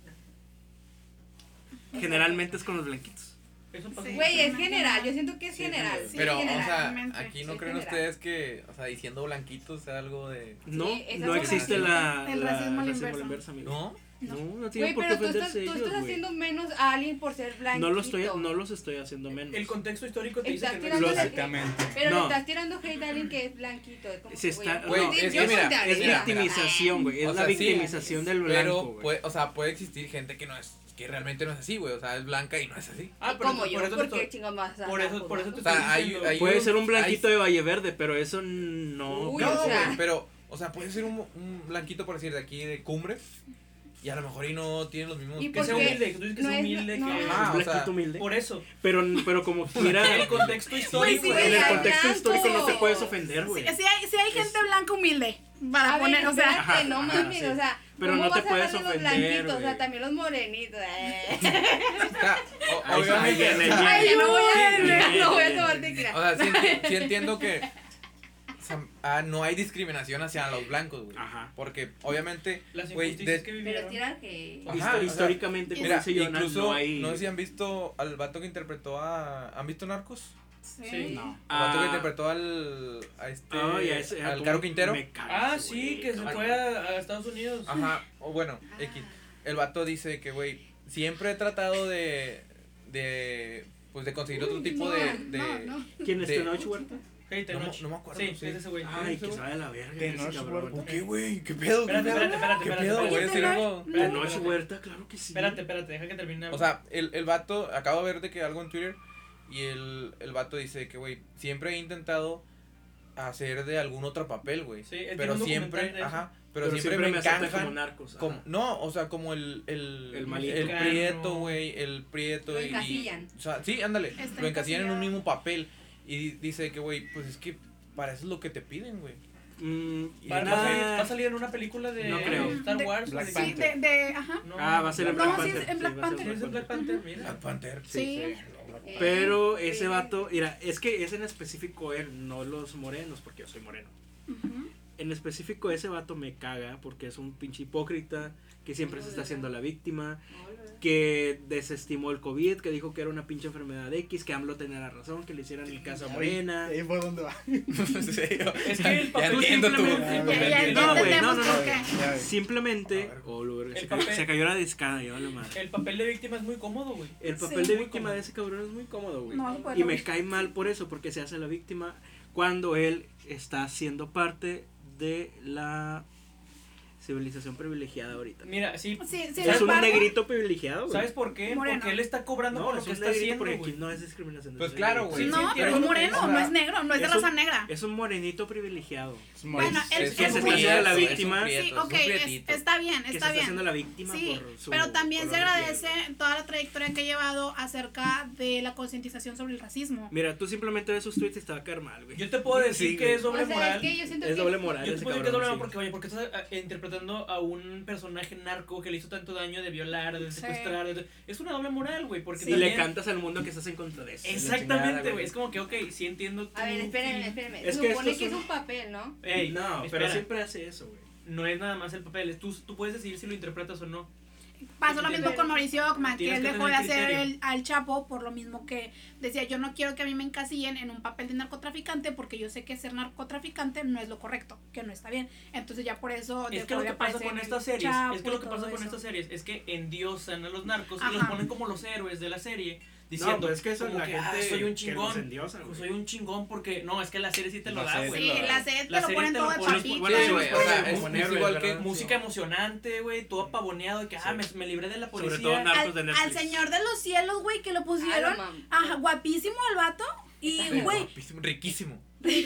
Generalmente es con los blanquitos. Eso pasa. Sí. Güey, es general, yo siento que es Sí, general. Sí, Pero, o sea, generalmente. aquí no Sí, creen general. ustedes que, o sea, diciendo blanquitos sea algo de. No, Sí, esa no es existe otra. la, El la racismo a la inversa. inversa, amigo. ¿No? No, no tienen Güey, por qué pero tú estás, ofenderse tú ellos, estás güey. haciendo menos a alguien por ser blanquito. No lo estoy, no los estoy haciendo menos. El contexto histórico te dice Estás que no tirando existe. Exactamente. Pero No. le estás tirando hate a alguien que es blanquito. Es como Se que, está- güey, no, yo es soy que mira, de Es arriba. mira, victimización, güey. Es O la sea, sí, victimización del blanco, Pero, güey. puede, o sea, puede existir gente que no es, que realmente no es así, güey. O sea, es blanca y no es así. Ah, Y pero como por yo, eso te porque estoy- chingón vas a por eso- dar, por eso ¿no? te O sea, estoy hay- diciendo. hay- Puede ser un hay- blanquito de Valle Verde, pero eso no. Uy, No, o sea. güey, pero, o sea, puede ser un, un blanquito, por decir, de aquí de Cumbres. Y a lo mejor y no tienen los mismos. Y Que sea porque humilde, que tú dices que no sea es- humilde, no, que... no. Ah, un o sea, blanquito humilde. Por eso. Pero, pero como quiera. El contexto histórico. sí, en güey, el hay contexto blancos. histórico no te puedes ofender, Sí, güey. sí hay, sí hay gente blanca humilde. Para A poner, ver, o sea. espérate, Ajá, no ajá, mames, sí. o sea, Pero ¿cómo no te vas a puedes hablar de los ofender, blanquitos? O sea, güey. también los morenitos. eh. O sea, o- Ahí está, ahí obviamente, viene, o sea, ahí Ay, ya no voy a, Bien, no voy a bien, tomar bien. tequila. O sea, sí, enti- sí entiendo que Sam- ah, no hay discriminación hacia los blancos, güey. Ajá. Porque obviamente, Las güey, injusticias de- que Pero vivieron. tiran que. Ajá, Histo- o sea, históricamente, como mira, dice Jonas, incluso, no hay... no sé si han visto al vato que interpretó a... ¿Han visto Narcos? Sí. Sí. No. El vato que Ah. interpretó al... A este... Ay, a ese- al como- Caro Quintero. me caga Ah, ese sí, güey. que se Ah, fue a, a Estados Unidos. Ajá, o bueno, X. El vato dice que, güey, siempre he tratado de... De... Pues de conseguir otro tipo de... de No, no. ¿Quién es de- Tenoch Huerta? Hey, no, me- Tenoch. no me acuerdo. Sí, sí. es ese güey. Ay, es que ese se güey. va de la verga. Tenoch ese cabrón. Huerta. ¿Por qué, güey? ¿Qué pedo? ¿Qué Espérate, pedo? espérate, espérate, ¿Qué espérate, pedo? espérate. Voy a decir Tenoch- algo. Espérate, Tenoch espérate. Huerta, claro que sí. Espérate, espérate, deja que termine. O sea, el, el vato, acabo de ver de que algo en Twitter y el, el vato dice que, güey, siempre he intentado hacer de algún otro papel, güey. Sí, él tiene Pero un documental siempre, de eso. ajá, pero, siempre, me acepta encajan como narcos. como, ajá. no, o sea, como el, el, El malito. el Mexicano. prieto, güey, el prieto Lo y, encasillan. o sea, sí, ándale, Está lo encasillan en un encasillado. mismo papel y di- dice que, güey, pues es que para eso es lo que te piden, güey. Mm, Y Va, no va a salir, nah. va a salir en una película de No creo. Star De- Wars. Black de- Sí, de, de, ajá. No, Ah, va a ser en No, Black sí, Panther. es en Black va a ser Sí, es en Black Panther, mira. Black Panther. Sí. Eh, Pero ese sí. vato, mira, es que es en específico él, no los morenos, porque yo soy moreno. Ujú. En específico ese vato me caga porque es un pinche hipócrita que siempre se está haciendo la víctima, que desestimó el COVID, que dijo que era una pinche enfermedad X, que AMLO tenía la razón, que le hicieran el caso a Morena. Ahí fue donde va. Es que el Ya papel entiendo tu... simplemente- Ya, ya, ya No, güey, entendemos no, no, por no. qué. Ya ves. Simplemente, A ver. oh, lo verga, El se, cayó, papel- se cayó la discada, ya vale madre. El papel de víctima es muy cómodo, güey. El Sí. papel de Muy víctima cómodo. de ese cabrón es muy cómodo, güey. No, pues, Y no. me cae mal por eso, porque se hace la víctima cuando él está siendo parte de la civilización privilegiada ahorita. Mira, sí. Sí, sí, Es un parte- negrito privilegiado, güey. ¿Sabes por qué? Moreno. Porque él está cobrando No, por lo es que un está negrito haciendo, porque güey. aquí no es discriminación. Pues es claro, negrito. güey. No, Sí, pero entiendo es lo que moreno, dices. no es negro, no es de Es raza un- negra. Es un morenito privilegiado. Es Morris. Bueno, el- Es que el se un está haciendo la prieto, es un víctima. Sí, prieto, es ok, un es- prietito. está bien, Que se está está bien. haciendo la víctima Sí, por su pero también se color de piel. agradece toda la trayectoria que ha llevado acerca de la concientización sobre el racismo. Mira, tú simplemente ves sus tweets y te va a caer mal, güey. Yo te puedo decir Sí, que güey. es doble O sea, moral. es que yo siento Es que doble moral Yo te ese puedo decir que es doble cabrón, moral sí. porque, oye, porque estás eh, interpretando a un personaje narco que le hizo tanto daño de violar, de Sí. secuestrar. de- Es una doble moral, güey. Porque Sí. Y le también- cantas al mundo que estás en contra de eso. la Exactamente, chingada, güey. Es como que, ok, sí entiendo. A ver, tu espérenme, fin. espérenme. Es Se que supone esto que es es un- un papel, ¿no? Ey, No, pero espera. siempre hace eso, güey. No es nada más el papel. es Tú, tú puedes decidir si lo interpretas o no. Pasó lo Tienes- mismo con Mauricio Ockman, que tienes él que dejó de tener hacer criterio. el, al Chapo por lo mismo que decía, yo no quiero que a mí me encasillen en un papel de narcotraficante porque yo sé que ser narcotraficante no es lo correcto, que no está bien. Entonces ya por eso Es dejó que lo de que pasa aparecer con en estas el series, Chapo es que y lo que todo pasa con eso. estas series es que endiosan a los narcos y los Ajá. ponen como los héroes de la serie, No, diciendo pues es que eso como la que, gente "Ah, soy un que chingón, los endiosa, pues güey. soy un chingón porque no, es que la serie sí te lo La da, serie güey. Sí, la- la serie te la lo serie ponen te todo lo ponen- chapito. bueno, Sí, sí, güey, los o sea, ponen es, como es héroes, igual que ¿verdad? Música emocionante, güey, todo apavoneado, de que, ah, me, me libré de la policía. Sobre todo narcos al, de al Netflix. señor de los cielos, güey, que lo Ah, pusieron. no mames. Ajá, guapísimo el vato. Y, güey, Guapísimo, riquísimo.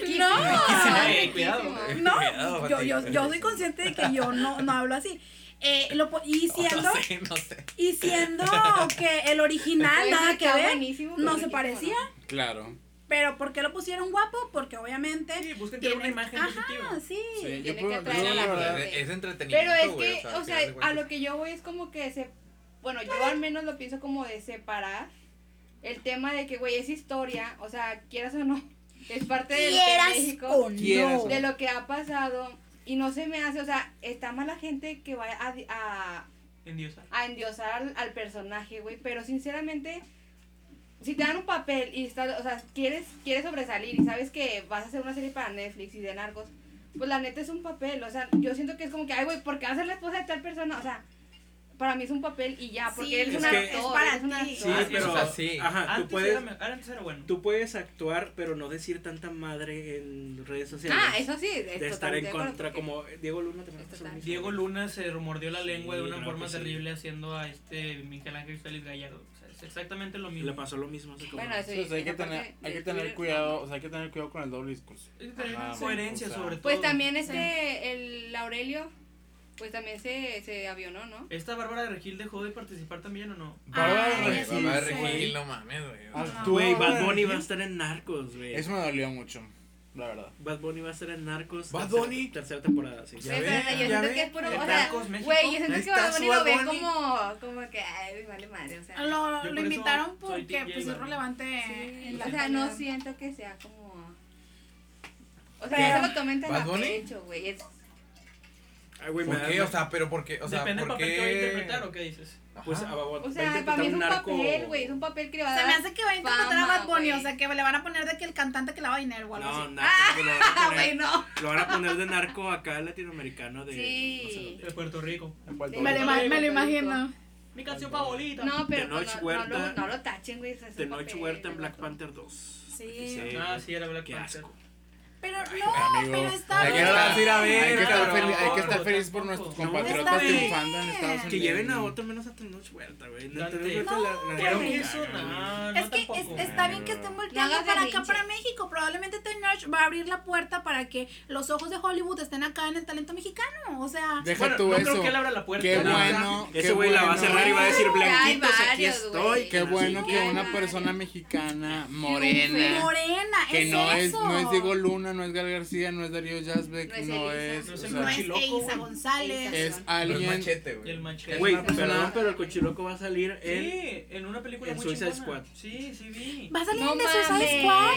no. Ey, cuidado. Riquísimo. No, Cuidado, yo, yo, Pati. yo soy consciente de que yo no, no hablo así. Eh, lo, po- y siendo, No sé, no sé. y siendo que el original Puede nada ser que está ver, buenísimo, pero no se riquísimo, parecía. ¿no? Claro. Pero ¿por qué lo pusieron guapo? Porque obviamente Sí, busquen tener una tiene- imagen ajá, positiva. sí. Sí, yo Tiene puedo- que atraer yo a la la verdad- gente. Es entretenimiento, Pero es güey, que, o al sea, final de a cuentas. lo que yo voy es como que se, bueno, yo al menos lo pienso como de separar el tema de que, güey, es historia, o sea, quieras o no, es parte del de Quieras México, o Quieras no. de lo que ha pasado, y no se me hace, o sea, está mal la gente que vaya a, a, Endiosa. a endiosar al, al personaje, güey, pero sinceramente, si te dan un papel y está, o sea, quieres, quieres sobresalir y sabes que vas a hacer una serie para Netflix y de narcos, pues la neta es un papel, o sea, yo siento que es como que, ay, güey, ¿por qué vas a ser la esposa de tal persona? O sea, para mí es un papel y ya, porque Sí, él es, es un que- actor, es para es un ti. actor. Sí, Ah, pero, o sea, sí. ajá, tú Antes, puedes, era, antes era bueno. tú puedes actuar, pero no decir tanta madre en redes sociales. Ah, eso sí, es de estar totalmente en de acuerdo, contra, porque- como Diego Luna también Es pasó lo total. mismo. Diego Luna se mordió la lengua Sí, de una claro forma que sí. terrible haciendo a este Miguel Ángel Félix Gallardo. O sea, es exactamente lo mismo. Le pasó lo mismo a ese cabrón. Bueno, eso Entonces hay que esa parte tener, hay de que tener Twitter, cuidado, o sea, hay que tener cuidado con el doble discurso. Es tener Ajá, coherencia o sea, sobre todo. Pues también este, el Aurelio, pues también se, se avionó, ¿no? ¿Esta Bárbara de Regil dejó de participar también o no? Bárbara Ay, Regil. sí, Mamá de sí. Regil, no mames, güey. o sea, Ah, Güey, tú, Bad Bárbara Bunny va a Regil. estar en Narcos, güey. Eso me dolió mucho, la verdad. Bad Bunny va a estar en Narcos. ¿Bad tercer- Bunny? Tercera temporada, sí. Ya Pero ve, yo ya siento ve. que es puro, En o sea, Narcos, México. güey, yo siento Ahí que está Bad Bunny su lo Bad ve Bunny. como, como que, ay, vale madre, o sea. Lo, Yo lo por eso invitaron soy porque Team pues J es Balvin. relevante Sí, en la o sea, no actualidad. siento que sea como O sea, Pero- no se lo tomen tan ¿Bad a Bunny? pecho, güey. Es- Ay, güey, me ¿Por da- qué? O sea, pero ¿por qué? O sea, Depende del ¿por papel que va a qué? interpretar o qué dices. Pues, Ajá. ah, va- va O a sea, interpretar para mí es un narco- papel, güey. Es un papel que le va a dar. Se me hace que va a interpretar fama, a Bad Bunny, güey. o sea, que le van a poner de que el cantante que lava dinero o algo No, así. narco, lo van a Ah, poner- güey, no. Lo van a poner de narco acá latinoamericano de. Sí. no sé dónde. De Puerto Rico. Sí. Me lo, ima- me lo imagino. Mi canción favorita. No, pero Tenoch no, no, Huerta- no, lo, no lo tachen, güey. o sea, es un Tenoch papel, Huerta en el Black vato. Panther dos. Sí. Ah, sí, era Black Qué Panther. asco. Pero no, amigo. pero está Hay que bien. no la vas a ir a ver, Hay que estar cabrón. feliz, hay que estar Tampoco, feliz por tampoco. nuestros No, compatriotas está bien. triunfando en Estados Unidos. Que lleven a otro menos a Tenoch Huerta, güey. No, Dante. Tenoch Huerta No, la- la- güey. Creo la- que eso caga, no, no Es que es- tampoco. está bien que estén volteando hagas para berrinche. acá, para México. Probablemente Tenoch va a abrir la puerta para que los ojos de Hollywood estén acá en el talento mexicano. O sea, Deja Bueno, tú no eso. creo que él abra la puerta. Qué No, bueno. Ese qué güey la va a bueno. cerrar y va a decir, Ya hay blanquitos, aquí varios, estoy. güey. Qué bueno Sí, que hay una varios. persona mexicana morena, morena, que es no es, eso. no es Diego Luna, no es Gal García, no es Darío Yazbek, No es no Elisa. es, No o es sea, el No es Cochiloco, Eiza güey. González. es Pero es alguien. machete, Y güey. el machete. Güey, una persona- perdón, pero el cochiloco va a salir en. Sí, en una película en muy Suicide chingona. Squad. Sí, sí vi. ¿Va a salir No en The Suicide mames. Squad?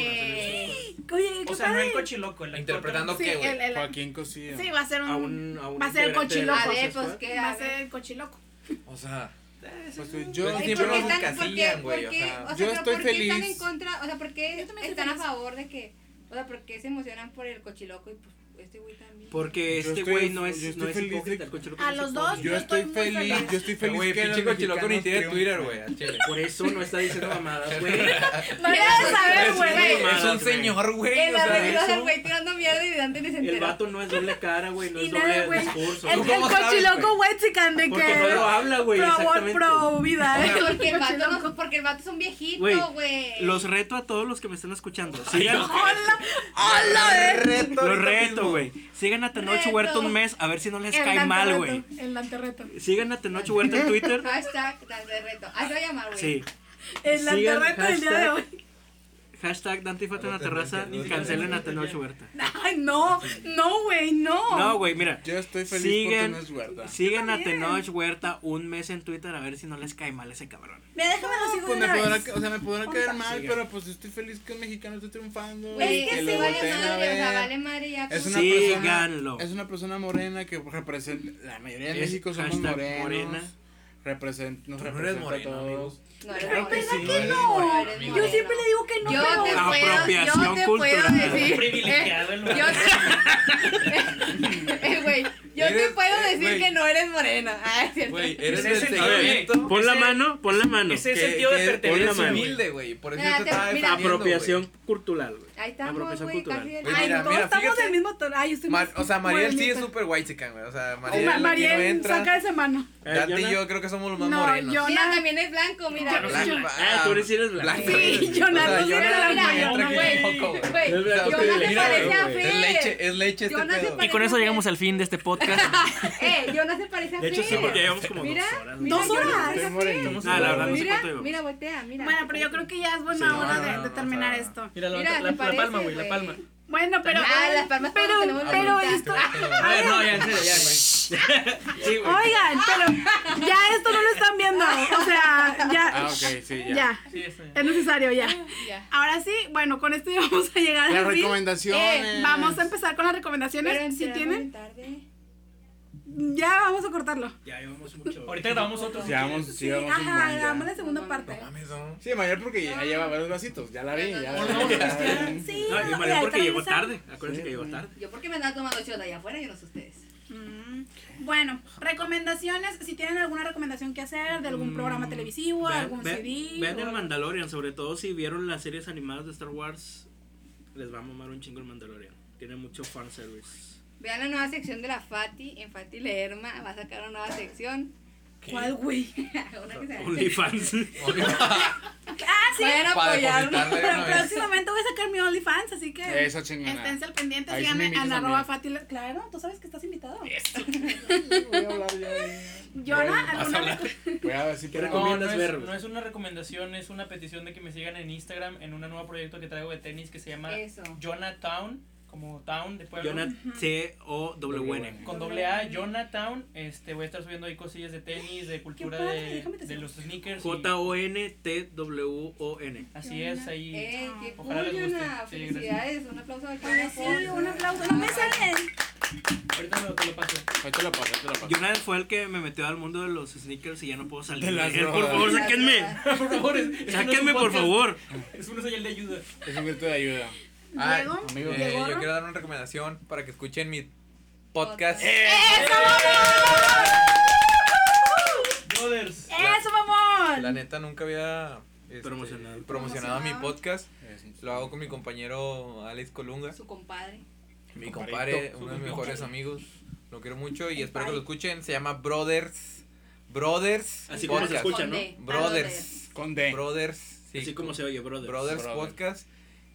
Oye, qué O sea, no padre. el cochiloco, el actor Interpretando Sí, qué, güey. el- el- Joaquín Cosío. sí, va a ser un, A un, a un va a ser el integrante de la cochiloco. A ver, Suicide pues Squad. que. va a a ser ver. el cochiloco. O sea, Pues, yo, Pero yo, es que ¿Y siempre por qué los están, por qué, encasillan, por güey, o qué, sea, o sea, yo pero estoy por qué están feliz. en contra, o sea, por qué Yo también estoy están a feliz. favor de que, o sea, por qué se emocionan por el cochiloco y pues este güey también? Porque Yo este estoy- güey no yo es, estoy no es feliz hipócrita, de- el cochiloco A no es los dos, hipócrita. yo yo estoy estoy muy feliz, feliz. yo estoy feliz güey, que los pinche cochiloco ni mexicanos tiene Twitter, triunfen. güey, al chile. Por eso no está diciendo mamadas, güey. No debes saber, Es- güey. Es un güey. señor, güey. En o la sea, película eso- del güey tirando mierda y de antes ni se El enteró. vato no es doble cara, güey, no Y es nada, doble güey. discurso. El, el ¿Cómo sabes, cochiloco güey? huexican de que. Porque no lo habla, güey, pro, exactamente. pro vida. ¿eh? Porque el vato Cochiloco. no, porque el vato es un viejito, Güey, güey. los reto a todos los que me están escuchando. Sigan, ¡Hola! ¡Hola! eh! Reto, los ahorita reto, mismo. güey. Sigan a Tenoch Reto. Huerta un mes a ver si no les El cae mal, anterreto, güey. El anterreto. Sigan a Tenoch Huerta en Twitter. Hashtag de reto. Así se va a llamar, güey. Sí. El Sigan anterreto del día de hashtag- hoy. Hashtag Dante y Fata en la No te terraza. entiendo, no te Cancelen a entiendo. Tenoch Huerta. Ay, no. No, güey, no. No, güey, mira. Yo estoy feliz Sigan, por Tenoch Huerta. sigan a también. Tenoch Huerta un mes en Twitter a ver si no les cae mal ese cabrón. Mira, déjame lo sigo Pues de me una podrá, vez. o sea, me podrá caer mal, Siga. pero pues estoy feliz que un mexicano esté triunfando. Güey, Es que es lo que vale volteen a madre, o sea, ver. vale madre ya. Es con- una Síganlo. persona, es una persona morena que representa, la mayoría de Es México somos hashtag morenos. morena. Represent, nos Tú no eres representa moreno, a amigo. todos. No, eres Ay, moreno. ¿verdad sí, que eres no? moreno. Yo siempre le digo que no, Yo pero. te puedo, yo Apropiación te puedo cultural. decir. Privilegiado el eh, Yo te. Eh, güey, yo te Eres- puedo eh, decir güey. que no eres morena. Ah, es cierto. Güey, eres Ese del es el- segmento. Pon la Ese- mano, pon la mano. ese- que- sentido de que pertenencia, eres güey. humilde, güey. Por eso Mira, yo te te- estaba mira. defendiendo, Apropiación güey. cultural, güey. Ahí estamos, Apropiación güey, cultural. casi. Pues Ay, mira, todos mira, estamos fíjate. del mismo tono. Ay, estoy Mar- muy o sea, Mariel sí es morenita. súper white chican, güey. O sea, Oh, Mariel, Ma- aquí no Mariel, entra. saca ese mano. Eh, Dante Jonah. y yo creo que somos los más No, morenos. yo- Mira, Jonah- también es blanco, mira. Yo- Blanco. yo- Ah, tú eres sí eres blanco. Sí, Jonah, O sea, no sé, Jonah era no blanco. entra aquí Güey, tampoco, güey. güey, Es blanco, Jonah se Mira, parece a güey, Fer. es leche, es leche este Jonah se pedo. parece- Y con eso llegamos al fin de este podcast. Eh, Jonah se parece a De hecho, sí, Fer. porque llevamos como Mira, dos horas. mira, Dos Jonah horas. se parece a Estoy Fer. morenito. Ah, la verdad, no sé Mira, cuánto llevamos. mira, voltea, mira. Bueno, pero yo creo que ya es buena Sí, hora no, de, no, de no, terminar o sea, esto. Mira, la, Mira, la, se la parece, palma, güey, la güey. palma. Bueno, pero. Ah, las palmas todos pero, tenemos pero bonitas. esto. A ver, no, ya, en serio, ya, güey. Sí, güey. Oigan, pero ya esto no lo están viendo. O sea, ya. Ah, ok, sí, ya. Ya. Sí, está bien. Es necesario ya. Ya. Ahora sí, bueno, con esto ya vamos a llegar Las al fin. recomendaciones. Eh, vamos a empezar con las recomendaciones. Pero Si entramos tienen, tarde. ya vamos a cortarlo. Ya llevamos mucho. Ahorita grabamos otro. Llevamos, sí, llevamos un Ajá, buen ya. grabamos la segunda parte. No mames, no. Sí, mayor porque ya lleva varios vasitos, ya la vi, ya No, la no, vi. no, ya. Sí, No, y no, Mario ahorita porque llegó regresamos. tarde. Acuérdense que llegó tarde. Yo porque me andaba tomando shot allá afuera, yo no sé ustedes. Mm, Bueno, recomendaciones. Si tienen alguna recomendación que hacer de algún programa televisivo, Vean- algún vean- C D. Vean o el algo. Mandalorian, sobre todo si vieron las series animadas de Star Wars. Les va a mamar un chingo el Mandalorian. Tiene mucho fanservice. Vean la nueva sección de la Fati, en Fati Lerma va a sacar una nueva sección. ¿Cuál, güey? Una que se OnlyFans. Ah, sí. Vayan a Para apoyarme. depositarle de Pero una vez. próximamente voy a sacar mi OnlyFans, así que. Esa chingona. Esténse al pendiente, Ahí sí síganme me invitas en a arroba mí. Fati. Le- Claro, tú sabes que estás invitado. Voy a hablar ya. Jonah, Vas a ¿alguna hablar. reco- Voy a ver si ¿Qué puedo. No, no recomiendas es, ver? no es una recomendación, es una petición de que me sigan en Instagram en un nuevo proyecto que traigo de tenis que se llama Eso. Jonatown como Town de pueblo. Jonah T O W N. Con doble A, Jonatown. Este, voy a estar subiendo ahí cosillas de tenis, de cultura padre, de, déjame te de sigo. los sneakers. y- J O N T W O N. Así es, ahí. ¡Eh, qué Ojalá cool, les guste. Yona! Sí, Felicidades, un aplauso al Oye, sí, un aplauso. No me salen. Ahorita me lo, te lo paso. Ahorita la paso, ahorita la paso. Jonah fue el que me metió al mundo de los sneakers y ya no puedo salir. De las Eh, por drogas. favor, Las sáquenme. drogas. Por favor, es, es Sáquenme, un por podcast. favor. Es una señal de ayuda. Es un grito de ayuda. Ah, Diego, amigo. eh, Diego. yo quiero dar una recomendación para que escuchen mi podcast. Brothers. ¡Eso, mamón! La neta nunca había este, Promocionado. promocionado mi Promocionado. podcast. Lo hago con mi compañero Alex Colunga, Su compadre. mi Compadrito. compadre, Su uno de mis compadre. mejores amigos. Lo quiero mucho y espero que Compadre. lo escuchen. Se llama Brothers. Brothers. Así como se Podcast. escucha, Con ¿no? D. Brothers. Con D. Brothers. sí, Así como se oye, brother. Brothers Brothers. Podcast.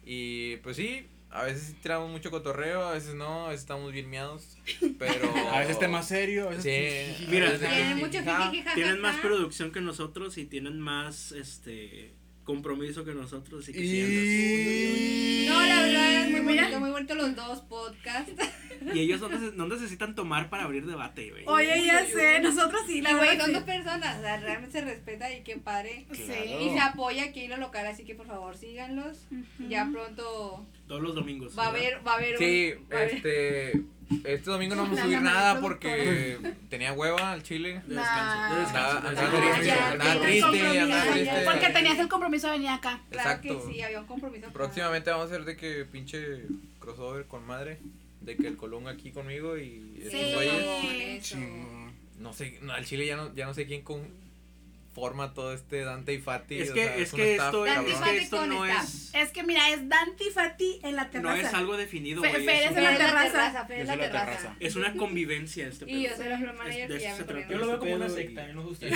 Y pues sí, a veces sí tiramos mucho cotorreo, a veces no, a veces estamos bien miados. Pero. A veces tema serio, a veces. Sí. Mira, a veces- Tiene mucho Ah, jiji, jajaja. Tienen más producción que nosotros y tienen más este compromiso que nosotros y quisieras. Y... No, la verdad es muy Mira. bonito, muy bonito los dos podcasts. Y ellos no, neces- no necesitan tomar para abrir debate, güey. Oye, ya sé, nosotros sí, la Y güey, verdad. son sí. dos personas, o sea, realmente se respeta y qué padre. Sí. Claro. Y se apoya aquí en lo local, así que por favor síganlos. Ujú. Ya pronto Todos los domingos. va a ¿verdad? haber, va a haber Sí, un, va a haber- este. Este domingo no vamos a La subir llamada nada productora. porque tenía hueva al chile. De descanso, de Nah. descanso. Andaba- de andaba descanso. triste, Ya, andaba ya, triste, compromiso, andaba ya, triste. Porque tenías el compromiso de venir acá. Claro Exacto. que sí, había un compromiso. Próximamente vamos a hacer de que pinche crossover con madre. De que el Colunga aquí conmigo y estos Sí. güeyes. Eso. Chingón. No sé, no, al chile ya no, ya no sé quién conforma todo este Dante y Fati. Es o que, sea, es un que staff esto, es, Dante es cabrón. que esto con no staff. es, Es que mira, es Dante y Fati en la no terraza. es algo definido, Fe- güey. Fer Es, es una- en la Fer es la terraza. terraza, Fer Yo es soy la la terraza. terraza. es una convivencia este Y yo pedo. soy la flor manager Es- de que ya eso me se trata. corrieron. Yo lo veo como una Pedo y- secta, no ustedes.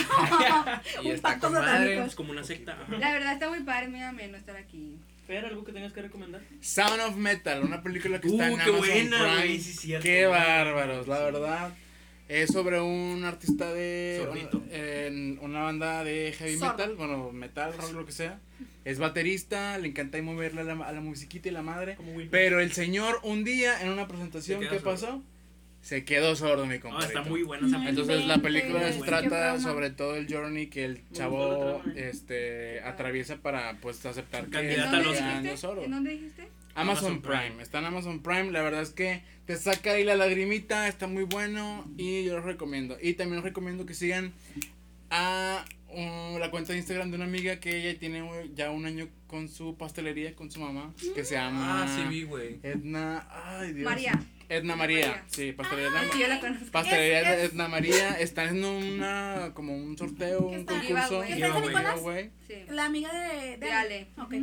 Y Un está pacto con madre. satánico. Es como una secta. ajá. La verdad está muy padre, muy ameno estar aquí. Fer, ¿algo que tengas que recomendar? Sound of Metal, una película que está Uh, en qué Amazon buena, Prime. güey, sí, cierto. Qué bárbaros, la verdad. Es sobre un artista de Sordito. una, en una banda de heavy Sordo. metal, bueno, metal, rock, lo que sea. Es baterista, le encanta ahí moverle a la, a la musiquita y la madre. Como Will. Pero el señor un día en una presentación, Se quedó ¿qué sordo. pasó? Se quedó sordo, mi Ah, compadre. está muy buena esa No película. Entonces la película inventes, se qué trata broma. sobre todo el journey que el gustó chavo la trama. este atraviesa para pues aceptar que Candidata está al dónde Oscar. quedando dijiste? sordo. ¿En dónde dijiste? Amazon, Amazon Prime. Prime. Está en Amazon Prime, la verdad es que te saca ahí la lagrimita, está muy bueno y yo los recomiendo. Y también los recomiendo que sigan a uh, la cuenta de Instagram de una amiga que ella tiene uh, ya un año con su pastelería, con su mamá, que se llama Ah, sí vi, güey. Edna, ay Dios. María. Edna María, María. sí, pastelería Ah, Edna Sí, yo la conozco. Pastelería Es- de es- Edna María, están en una, como un sorteo, un Está- concurso, Giveaway. ¿Está en San giveaway, Nicolás? giveaway. Sí. La amiga de, De Ale. Ok.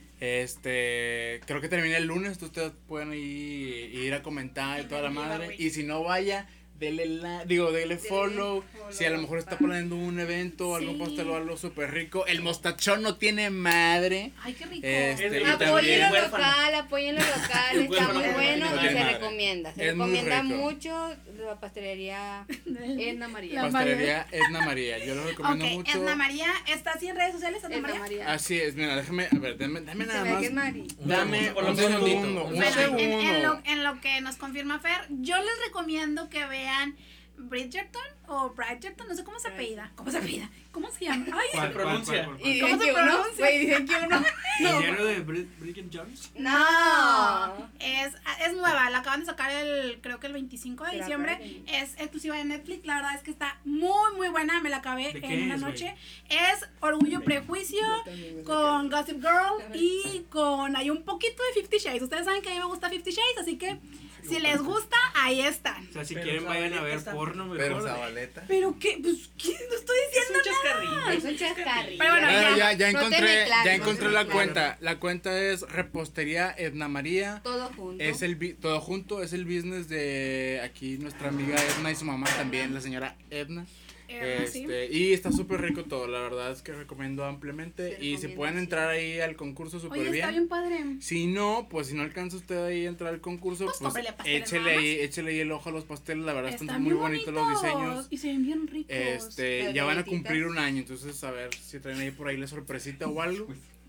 Este, creo que termina el lunes, ustedes pueden ir, ir a comentar y toda la madre. Giveaway. Y si no vaya, dele la, digo, dele Dele follow. follow, Si a lo mejor está pa. planeando un evento, algún Sí. pastel o algo súper rico. El mostachón no tiene madre. Ay, qué rico. Este, Es y de- también- Apoyen lo huérfano. local, apoyen lo local, está huérfano muy no bueno tiene y se madre. recomienda. Se Es muy recomienda rico. mucho la pastelería Edna María. La- Pastelería Edna María, yo lo recomiendo Ok, mucho. Edna María, ¿está así en redes sociales, Edna Edna María? María. Así es, mira, déjame, a ver, dame, dame Se nada ve que más. es Mari. Dame Por un un segundito. segundo, un Bueno, en, segundo. en lo, en lo que nos confirma Fer, yo les recomiendo que vean Bridgerton o Bridgerton, no sé cómo se apellida. ¿Cómo se apellida? ¿Cómo se llama? Ay, ¿Cuál, Se pronuncia. cuál, cuál, Y cuál? ¿Cómo dicen se que uno, pronuncia? güey, dicen que uno. ¿El diario de Brid- Bridget Jones? No. Es, es nueva, la acaban de sacar el, creo que el veinticinco de Pero diciembre. aparte- Es exclusiva de Netflix, la verdad es que está muy, muy buena, me la acabé ¿De en qué una es, noche. Es Orgullo y Prejuicio con Gossip Girl y con, hay un poquito de Fifty Shades. Ustedes saben que a mí me gusta Fifty Shades, así que si les gusta, ahí están. O sea, si Pero quieren vayan a ver Zabaleta está- porno mejor. Pero Zabaleta. Pero qué, pues, ¿qué? No estoy Es diciendo un chascarrillo. Es un chascarrillo. Pero bueno, Bueno, ya, ya No te encontré, mezclares, ya no encontré te la mezclares. cuenta. La cuenta es Repostería Edna María. Todo junto. Es el bi- todo junto, es el business de aquí nuestra amiga Edna y su mamá también, la señora Edna. Eh, sí. Este, y está súper rico todo, la verdad es que recomiendo ampliamente. Se Y si recomienda, pueden sí. entrar ahí al concurso súper Oye, está bien. bien padre. Si no, pues si no alcanza usted ahí a entrar al concurso, Pues pues, cómprele pasteles échele nada ahí, échele ahí el ojo a los pasteles, la verdad están, Están muy bien bonitos los diseños. Y se ven bien ricos. Este, Las ya van a galletitas. cumplir un año, entonces a ver si traen ahí por ahí la sorpresita o algo.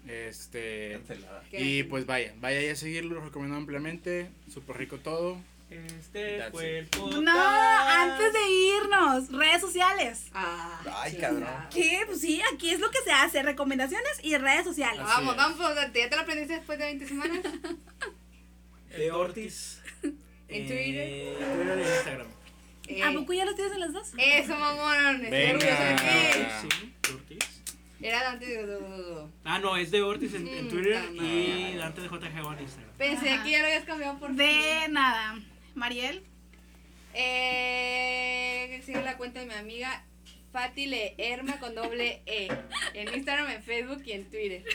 Este. Cancelada. ¿Qué? Y pues vaya, vaya ya a seguirlo, lo recomiendo ampliamente. Súper rico todo. Este That's fue el No, podcast. antes de irnos, redes sociales. Ah, Ay, chingado. cabrón. ¿Qué? Pues sí, aquí es lo que se hace, recomendaciones y redes sociales. Así Vamos, es. vamos, ¿ya te lo aprendiste después de veinte semanas? De Ortiz. ¿En Twitter? Eh, Twitter e Instagram. Eh, ¿A poco ya los tienes en las dos? Eso, mamón. Estoy Venga. orgulloso de ti. Ah. Sí, de Ortiz. Era Dante de... Ah, no, es de Ortiz en, en Mm, Twitter ta y madre. Dante de J G en Instagram. Pensé Ajá. que ya lo habías cambiado por... De nada. Mariel. Eh, que sigue la cuenta de mi amiga Fati Leerma con doble E. En Instagram, en Facebook y en Twitter.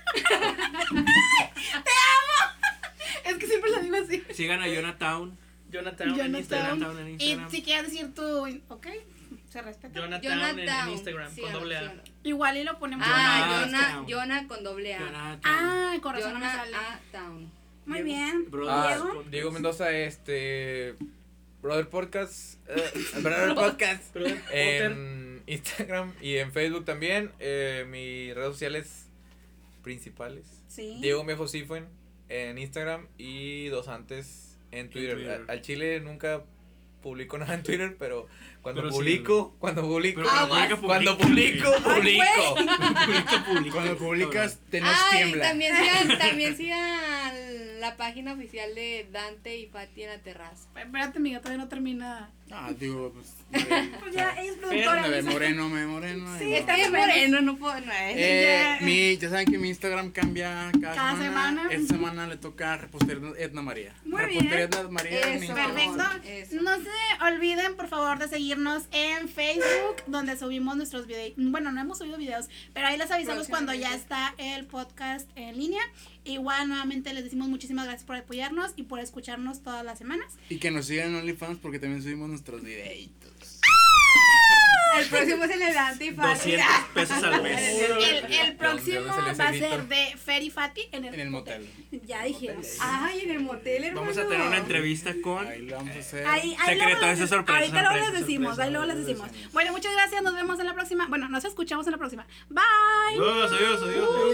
Es que siempre la digo así. Sigan a Jonathan. Jonathan en Jonathan. Instagram. Jonathan en Y Instagram. si quieres decir tu... Ok, se respeta. Jonathan, en- en, Jonathan. Instagram Sí, con o no, doble sí o A. no. Igual y lo ponemos. Ah, Jonathan. Jonah, Jonah con doble A. Jonathan. Ah, con razón no me Jonah sale. A Town. Muy bien. Brothers Ah, Diego. Diego Mendoza, este. Brother Podcast. eh, Brother Podcast. Pero, Potter, En Instagram y en Facebook también. Eh, mis redes sociales principales. Sí. Diego Mejo Cifuen en Instagram y dos antes en Twitter. Twitter. A- al Chile nunca publico nada en Twitter, pero cuando Pero sí, publico, cuando publico, Pero Ah, cuando publica, cuando publica. publico, publico. Publica, publica. Cuando publicas, te nos Ah, y tiembla. también sigan, también sigan la página oficial de Dante y Fati en la terraza. Espérate, amiga, todavía no termina. Ah, digo, pues. Pues ya, ella es Me productora. ve dice. moreno, me ve moreno. Sí, y- Está bien moreno, no puedo, no es. Eh, Ya. mi, ya saben que mi Instagram cambia cada, Cada semana. Esta semana le toca a Repostería Edna María. Muy Repostería bien. Edna María. en mi Eso. Instagram. Perfecto. Eso. No se olviden, por favor, de seguirnos en Facebook, donde subimos nuestros videos. Bueno, no hemos subido videos, pero ahí les avisamos cuando ya está el podcast en línea. Igual, nuevamente les decimos muchísimas gracias por apoyarnos y por escucharnos todas las semanas. Y que nos sigan en OnlyFans porque también subimos nuestros videitos. El próximo es el de Dante y Fati. doscientos pesos al mes. El, el próximo Ya no se les va a evita. ser de Fer y Fati en el, En el motel. Ya dijimos. Ay, en el motel, hermano. Vamos a tener una entrevista con. Ahí lo vamos a hacer. Ahí, ahí Secreto, luego les- esa sorpresa, ahorita luego sorpresa, les decimos, sorpresa, ahí luego les luego les decimos. decimos. Bueno, muchas gracias, nos vemos en la próxima. Bueno, nos escuchamos en la próxima. Bye. Adiós, adiós, adiós.